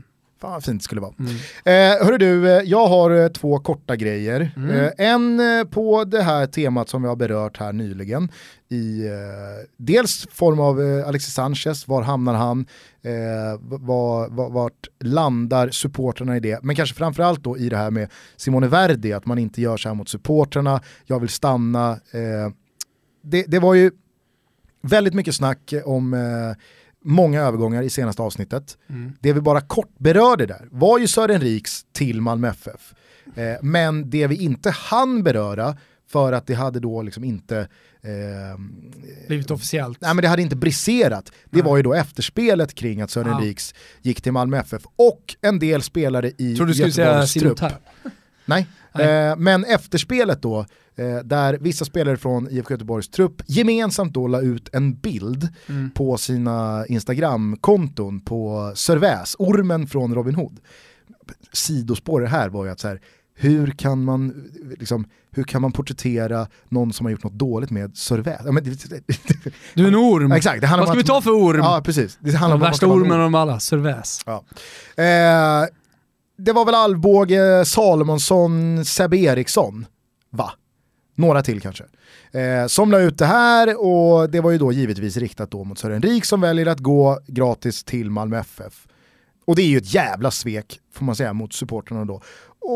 Fan vad fint det skulle vara. Mm. Eh, hörru du, jag har eh, två korta grejer. Mm. Eh, en eh, på det här temat som vi har berört här nyligen. I eh, dels form av eh, Alexis Sanchez, var hamnar han? Eh, var, var, vart landar supporterna i det? Men kanske framförallt då i det här med Simone Verdi, att man inte gör så här mot supporterna. Jag vill stanna. Eh, det, det var ju väldigt mycket snack om eh, många övergångar i senaste avsnittet. Mm. Det vi bara kort berörde där var ju Sören Riks till Malmö F F. Eh, men det vi inte hann beröra, för att det hade då liksom inte eh, blivit officiellt. Nej, men det hade inte briserat. Det nej. Var ju då efterspelet kring att Sören ja. Riks gick till Malmö F F och en del spelare i tror du skulle säga trupp. Nej, nej. Eh, men efterspelet då, eh, där vissa spelare från I F K Göteborgs trupp gemensamt då la ut en bild mm. på sina Instagram-konton på Servais, ormen från Robin Hood. Sidospår det här var ju att så här, hur kan man liksom, hur kan man porträttera någon som har gjort något dåligt med Servais? Ja, men det, du är en orm. Ja, exakt. Det vad ska vi ta för orm? Ja, precis. Det handlar Den om värsta ormen av alla, Servais. Ja. Eh, det var väl Alvbåge, Salomonsson, Sebbe Eriksson, va? Några till kanske. Eh, som la ut det här, och det var ju då givetvis riktat då mot Sören Rik som väljer att gå gratis till Malmö F F. Och det är ju ett jävla svek, får man säga, mot supporterna då.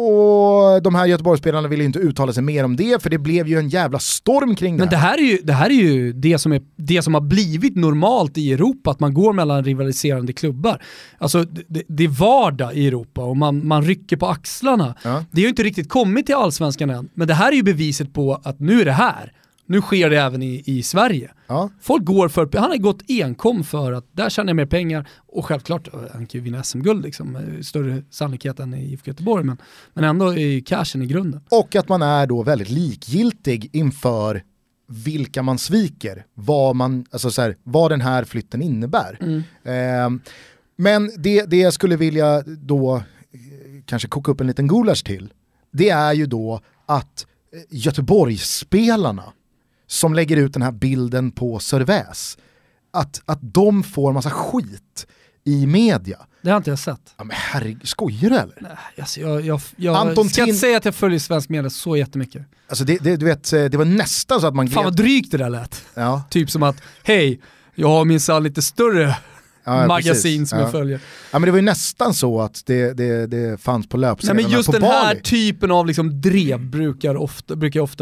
Och de här Göteborgsspelarna ville inte uttala sig mer om det, för det blev ju en jävla storm kring det här. Men det här är ju det, här är ju det, som, är, det som har blivit normalt i Europa, att man går mellan rivaliserande klubbar. Alltså det, det är vardag i Europa och man, man rycker på axlarna. Ja. Det har ju inte riktigt kommit till allsvenskan än, men det här är ju beviset på att nu är det här. Nu sker det även i, i Sverige. Ja. Folk går för, han har gått enkom för att där tjänar jag mer pengar, och självklart han kan ju vinna S M-guld liksom, större sannolikhet än i I F K Göteborg, men, men ändå är ju cashen i grunden. Och att man är då väldigt likgiltig inför vilka man sviker, vad, man, alltså så här, vad den här flytten innebär. Mm. Eh, men det, det jag skulle vilja då kanske koka upp en liten gulasch till, det är ju då att Göteborgsspelarna som lägger ut den här bilden på Servais, att, att de får massa skit i media. Det har inte jag sett. Ja, men herregud, skojar du eller? Nej, alltså jag, jag, jag Anton ska Tin... inte säga att jag följer svensk media så jättemycket. Alltså det, det, du vet, det var nästan så att man... Fan vad drygt det där lät. Ja. Typ som att, hej, jag har minsann lite större ja, magasin precis. som ja. jag följer. Ja, men det var ju nästan så att det, det, det fanns på löpsedlarna. Nej, men just på den Bali. här typen av liksom drev brukar ofta, brukar ofta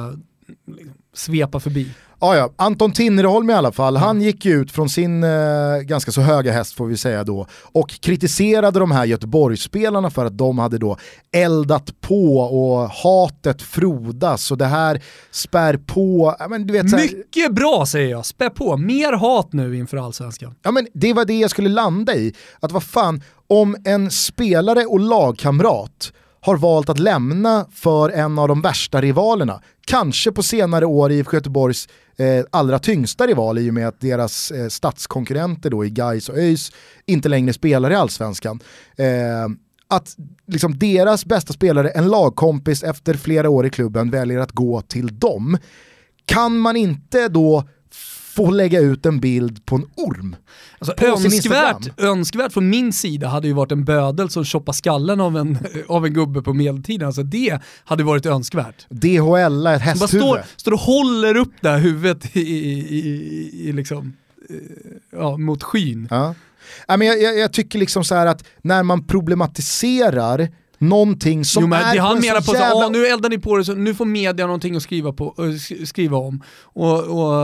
liksom svepa förbi. Ja, ja. Anton Tinnerholm i alla fall, han gick ut från sin eh, ganska så höga häst får vi säga då, och kritiserade de här Göteborgsspelarna för att de hade då eldat på och hatet frodas, och det här spär på. Ja, men du vet, så här, mycket bra säger jag, spär på, mer hat nu inför allsvenskan. Ja, men det var det jag skulle landa i, att vad fan, om en spelare och lagkamrat har valt att lämna för en av de värsta rivalerna, kanske på senare år i I F K Göteborgs eh, allra tyngsta rival, i och med att deras eh, statskonkurrenter då i Gais och ÖIS inte längre spelar i allsvenskan. Eh, att liksom deras bästa spelare, en lagkompis efter flera år i klubben, väljer att gå till dem. Kan man inte då få lägga ut en bild på en orm? Alltså, önskvärt, önskvärt från min sida hade ju varit en bödel som choppar skallen av en, av en gubbe på medeltiden. Alltså det hade varit önskvärt. D H L är ett hästhuvud. Står, står och håller upp det här huvudet i, i, i, i liksom, ja, mot skyn. Ja. Ja, men jag, jag, jag tycker liksom så här att när man problematiserar någonting som jo, men är det han menar på så, jävla... så nu eldar ni på det, så nu får media någonting att skriva, på, äh, skriva om och, och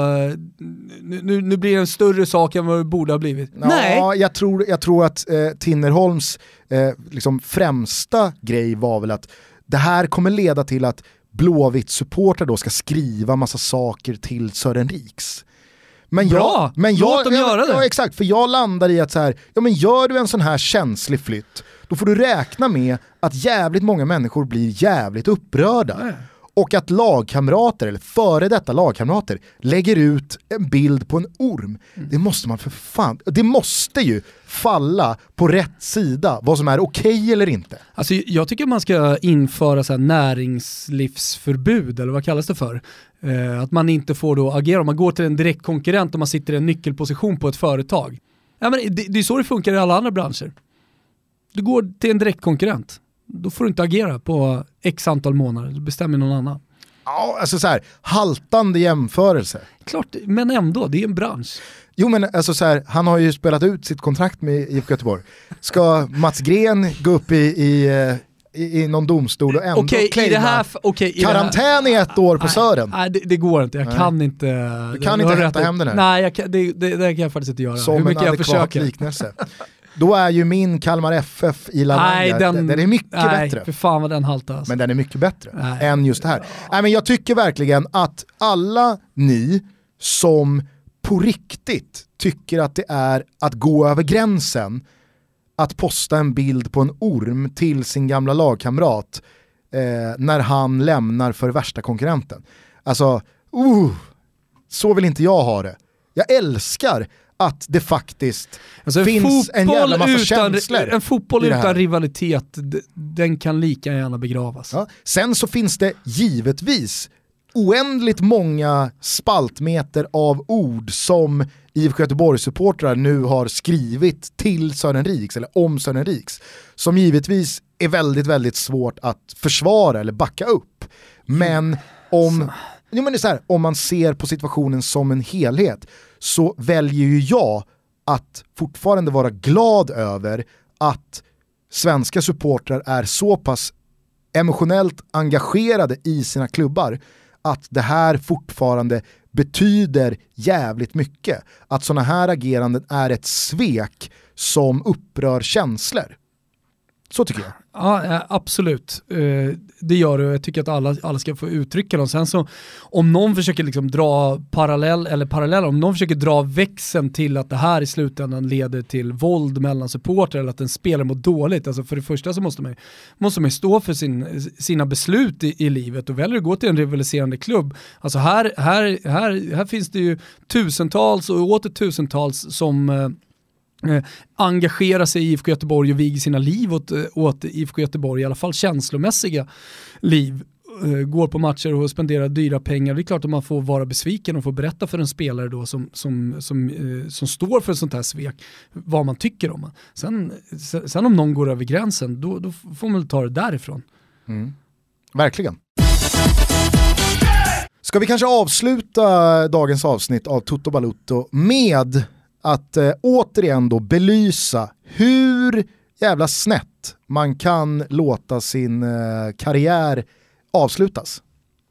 nu, nu blir det en större sak än vad det borde ha blivit. Ja, Nej. Jag tror, jag tror att eh, Tinnerholms eh, liksom främsta grej var väl att det här kommer leda till att Blåvitt-supportrar då ska skriva massa saker till Sören Riks. Men Bra, jag, men jag, låt dem jag, göra det. Ja, exakt, för jag landar i att så här, ja, men gör du en sån här känslig flytt, då får du räkna med att jävligt många människor blir jävligt upprörda. Nej. Och att lagkamrater, eller före detta lagkamrater, lägger ut en bild på en orm. Mm. Det måste man för fan, det måste ju falla på rätt sida, vad som är okej eller inte. Alltså jag tycker man ska införa så här näringslivsförbud, eller vad kallas det för? Eh, att man inte får då agera om man går till en direkt konkurrent och man sitter i en nyckelposition på ett företag. Ja, men det, det är så det funkar i alla andra branscher. Du går till en direktkonkurrent. Då får du inte agera på x antal månader. Du bestämmer någon annan. Ja, alltså så här, haltande jämförelse. Klart, men ändå, det är en bransch. Jo, men alltså så här, han har ju spelat ut sitt kontrakt med I F K Göteborg. Ska Mats Gren gå upp i, i, i, i någon domstol och ändå okay, claima i det här, okay, i karantän i ett år på nej, Sören? Nej, det, det går inte. Jag nej. kan inte... Du kan inte hämta hem den här. Nej, jag kan, det, det, det kan jag faktiskt inte göra. Som Hur mycket en jag adekvat försöker. liknelse. Då är ju min Kalmar F F i La Manga, nej, den, den är mycket nej, bättre. för fan vad den haltar. Alltså. Men den är mycket bättre nej. än just det här. Nej, men jag tycker verkligen att alla ni som på riktigt tycker att det är att gå över gränsen att posta en bild på en orm till sin gamla lagkamrat eh, när han lämnar för värsta konkurrenten. Alltså, uh, så vill inte jag ha det. Jag älskar att det faktiskt alltså, finns en jävla massa utan, känslor. En fotboll utan rivalitet, den kan lika gärna begravas. Ja. Sen så finns det givetvis oändligt många spaltmeter av ord som I F K Göteborg-supportrar nu har skrivit till Sören Riks eller om Sören Riks, som givetvis är väldigt, väldigt svårt att försvara eller backa upp. Men om, jo, men det är så här, om man ser på situationen som en helhet så väljer ju jag att fortfarande vara glad över att svenska supportrar är så pass emotionellt engagerade i sina klubbar att det här fortfarande betyder jävligt mycket. Att sådana här ageranden är ett svek som upprör känslor. Så tycker jag. Ja, absolut. Det gör det. Jag tycker att alla, alla ska få uttrycka dem. Sen så, om någon försöker liksom dra parallell, eller parallell, om någon försöker dra växeln till att det här i slutändan leder till våld mellan supporter eller att en spelare mår dåligt. Alltså för det första så måste man, måste man stå för sin, sina beslut i, i livet och väljer att gå till en rivaliserande klubb. Alltså här, här, här, här finns det ju tusentals och åter tusentals som Eh, engagera sig i I F K Göteborg och viga sina liv åt, åt I F K Göteborg, i alla fall känslomässiga liv, eh, går på matcher och spenderar dyra pengar. Det är klart att man får vara besviken och få berätta för en spelare då som, som, som, eh, som står för ett sånt här svek vad man tycker om. Sen, sen om någon går över gränsen då, då får man ta det därifrån. Mm. Verkligen. Ska vi kanske avsluta dagens avsnitt av Toto Balutto med att eh, återigen då belysa hur jävla snett man kan låta sin eh, karriär avslutas.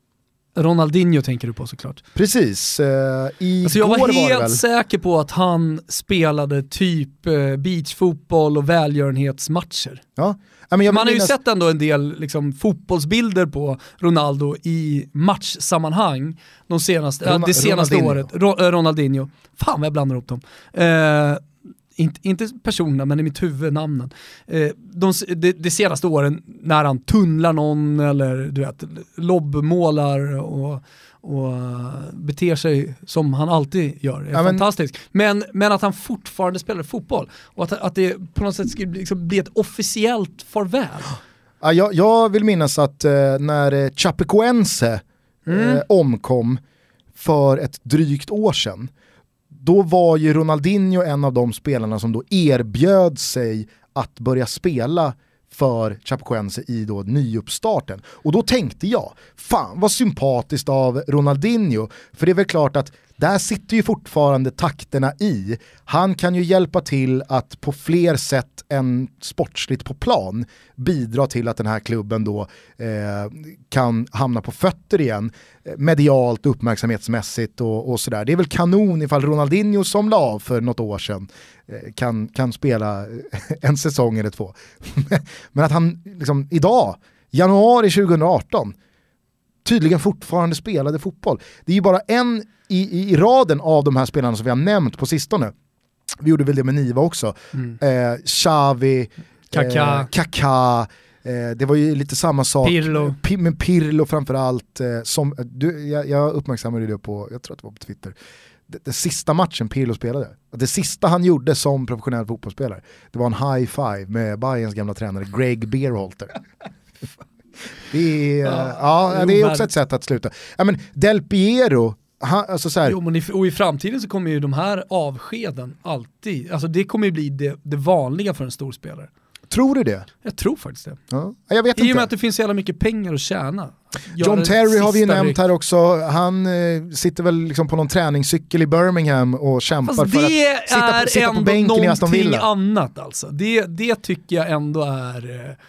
Ronaldinho tänker du på såklart. Precis. Eh, i alltså jag var helt var säker på att han spelade typ eh, beachfotboll och välgörenhetsmatcher. Ja. Men jag Man har minnas... ju sett ändå en del liksom, fotbollsbilder på Ronaldo i matchsammanhang de senaste, Ron- äh, det senaste Ronaldinho. året. Ro- äh, Ronaldinho. Fan vad jag blandar ihop dem. Eh, inte, inte personerna men i mitt huvud namnen. Eh, de, de, de senaste åren när han tunnlar någon eller du vet, lobbmålar och och beter sig som han alltid gör. Det är ja, fantastiskt. Men, men, men att han fortfarande spelar fotboll och att, att det på något sätt ska liksom bli ett officiellt farväl. Ja, jag, jag vill minnas att eh, när Chapecoense mm. eh, omkom för ett drygt år sedan, då var ju Ronaldinho en av de spelarna som då erbjöd sig att börja spela för Chapecoense i då nyuppstarten. Och då tänkte jag, fan vad sympatiskt av Ronaldinho, för det är väl klart att där sitter ju fortfarande takterna i. Han kan ju hjälpa till att på fler sätt än sportsligt på plan bidra till att den här klubben då eh, kan hamna på fötter igen, medialt, uppmärksamhetsmässigt och, och sådär. Det är väl kanon ifall Ronaldinho som la av för något år sedan eh, kan, kan spela en säsong eller två. Men att han liksom idag, januari tjugo arton, tydligen fortfarande spelade fotboll. Det är ju bara en i, i, i raden av de här spelarna som vi har nämnt på sistone. Vi gjorde väl det med Niva också. Mm. Eh, Xavi, Kaká, eh, Kaká eh, det var ju lite samma sak. Pirlo. P- men Pirlo framförallt. Eh, som, du, jag, jag uppmärksammade det på, jag tror att det var på Twitter. Det, det sista matchen Pirlo spelade. Det sista han gjorde som professionell fotbollsspelare. Det var en high five med Bayerns gamla tränare Greg Berhalter. Det är, ja, ja, det är också ett sätt att sluta. Ja, men Del Piero, han, alltså så här. Jo, men i, och i framtiden så kommer ju de här avskeden alltid, alltså det kommer ju bli det, det vanliga för en stor spelare. Tror du det? Jag tror faktiskt det. Ja. Jag vet I och med inte. att det finns så jävla mycket pengar att tjäna. John Terry har vi ju nämnt här också. Han eh, sitter väl liksom på någon träningscykel i Birmingham och kämpar Fast för att det sitta, på, sitta på bänken i Aston Villa. är någonting annat alltså. Det, det tycker jag ändå är eh,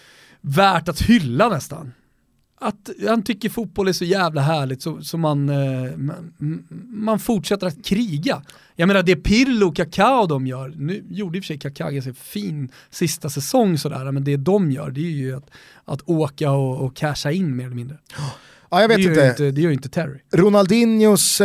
värt att hylla nästan. Att han tycker fotboll är så jävla härligt så, så man, eh, man, man fortsätter att kriga. Jag menar det Pirlo och Kaká de gör, nu gjorde i och för sig Kaká ganska fin sista säsong sådär, men det de gör det är ju att, att åka och, och casha in mer eller mindre. Ja, jag vet det, gör inte. inte, det gör inte Terry. Ronaldinhos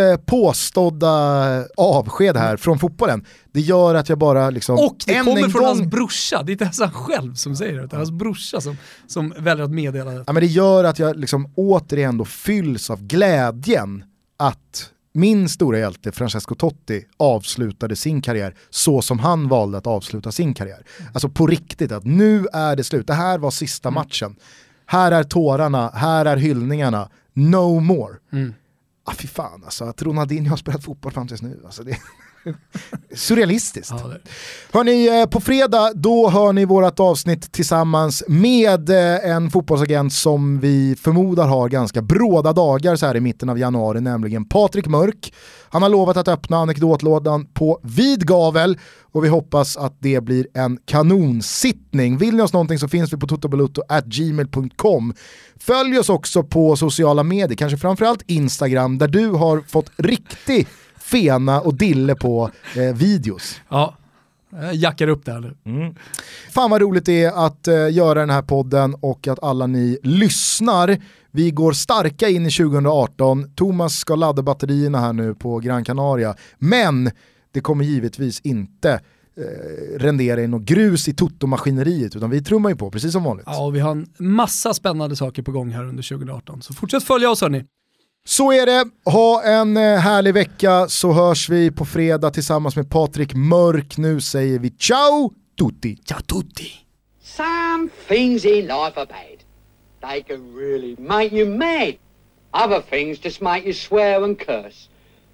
påstådda avsked här från fotbollen, det gör att jag bara liksom... Och det än kommer en från gång... hans brorsa, det är inte ens han själv som säger det, utan hans brorsa som, som väljer att meddela det. Ja, men det gör att jag liksom återigen då fylls av glädjen att min stora hjälte Francesco Totti avslutade sin karriär så som han valde att avsluta sin karriär. Alltså på riktigt, att nu är det slut. Det här var sista mm. matchen. Här är tårarna, här är hyllningarna. No more. Mm. Ah, fy fan alltså, att Ronaldinho har spelat fotboll fram tills nu. Alltså, det är surrealistiskt. Ja, det. Hörrni, på fredag då hör ni vårat avsnitt tillsammans med en fotbollsagent som vi förmodar har ganska bråda dagar så här i mitten av januari, nämligen Patrik Mörk. Han har lovat att öppna anekdotlådan på vid gavel och vi hoppas att det blir en kanonsittning. Vill ni oss någonting så finns vi på totobalutto at gmail dot com. Följ oss också på sociala medier, kanske framförallt Instagram, där du har fått riktig fena och dille på eh, videos. Ja, jag jackar upp där nu. Mm. Fan vad roligt det är att eh, göra den här podden och att alla ni lyssnar. Vi går starka in i tjugo arton. Thomas ska ladda batterierna här nu på Gran Canaria. Men det kommer givetvis inte eh, rendera i något grus i Toto-maskineriet, utan vi trummar ju på precis som vanligt. Ja, och vi har en massa spännande saker på gång här under tjugo arton. Så fortsätt följa oss hörni. Så är det. Ha en härlig vecka så hörs vi på fredag tillsammans med Patrik Mörk. Nu säger vi ciao tutti. Ciao tutti. Some things in life are bad. They can really make you mad. Other things just make you swear and curse.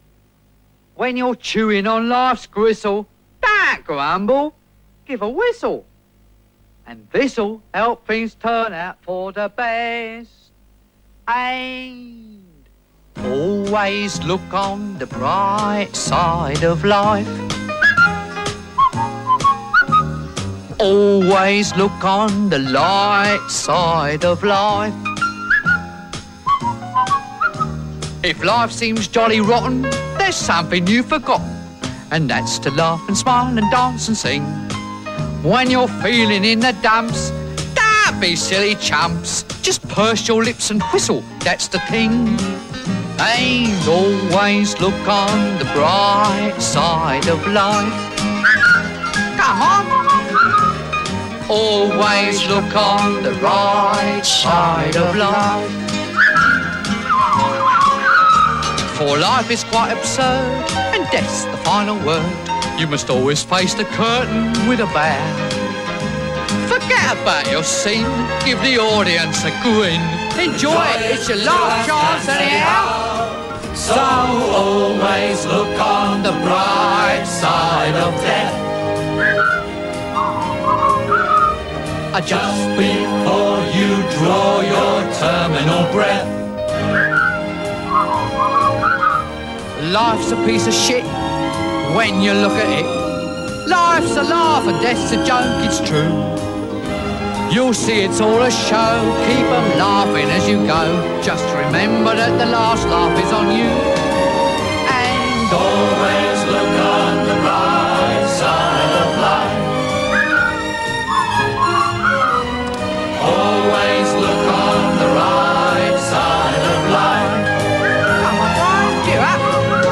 When you're chewing on life's gristle, don't grumble, give a whistle. And this'll help things turn out for the best. And always look on the bright side of life. Always look on the light side of life. If life seems jolly rotten, there's something you've forgotten, and that's to laugh and smile and dance and sing. When you're feeling in the dumps, don't be silly chumps. Just purse your lips and whistle, that's the thing. And always look on the bright side of life. Come on. Always look on the right side of life. For life is quite absurd, and death's the final word. You must always face the curtain with a bow. Forget about your scene, give the audience a grin. Enjoy it, it's your last chance anyhow. So always look on the bright side of death. Just before you draw your terminal breath. Life's a piece of shit when you look at it. Life's a laugh and death's a joke, it's true. You'll see it's all a show, keep 'em laughing as you go. Just remember that the last laugh is on you. And always look on the right side of life. Always look on the right side of life. Come on, Brian, cheer up.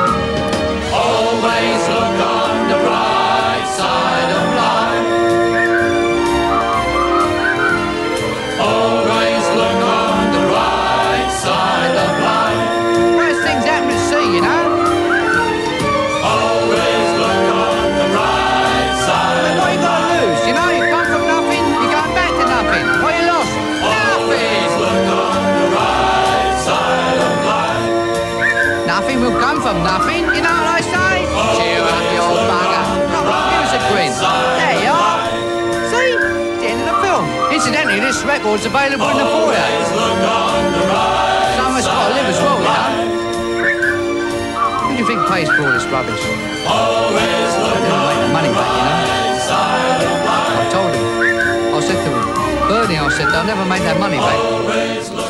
Always look on the right side of life. Always look on the right side of life. As things happen to passports available in the foyer. Someone's got to live as well, you know. Who do you think pays for all this rubbish? Always look on the money back, you know. I told him. I said to him, Bernie, I said, they'll never make that money back.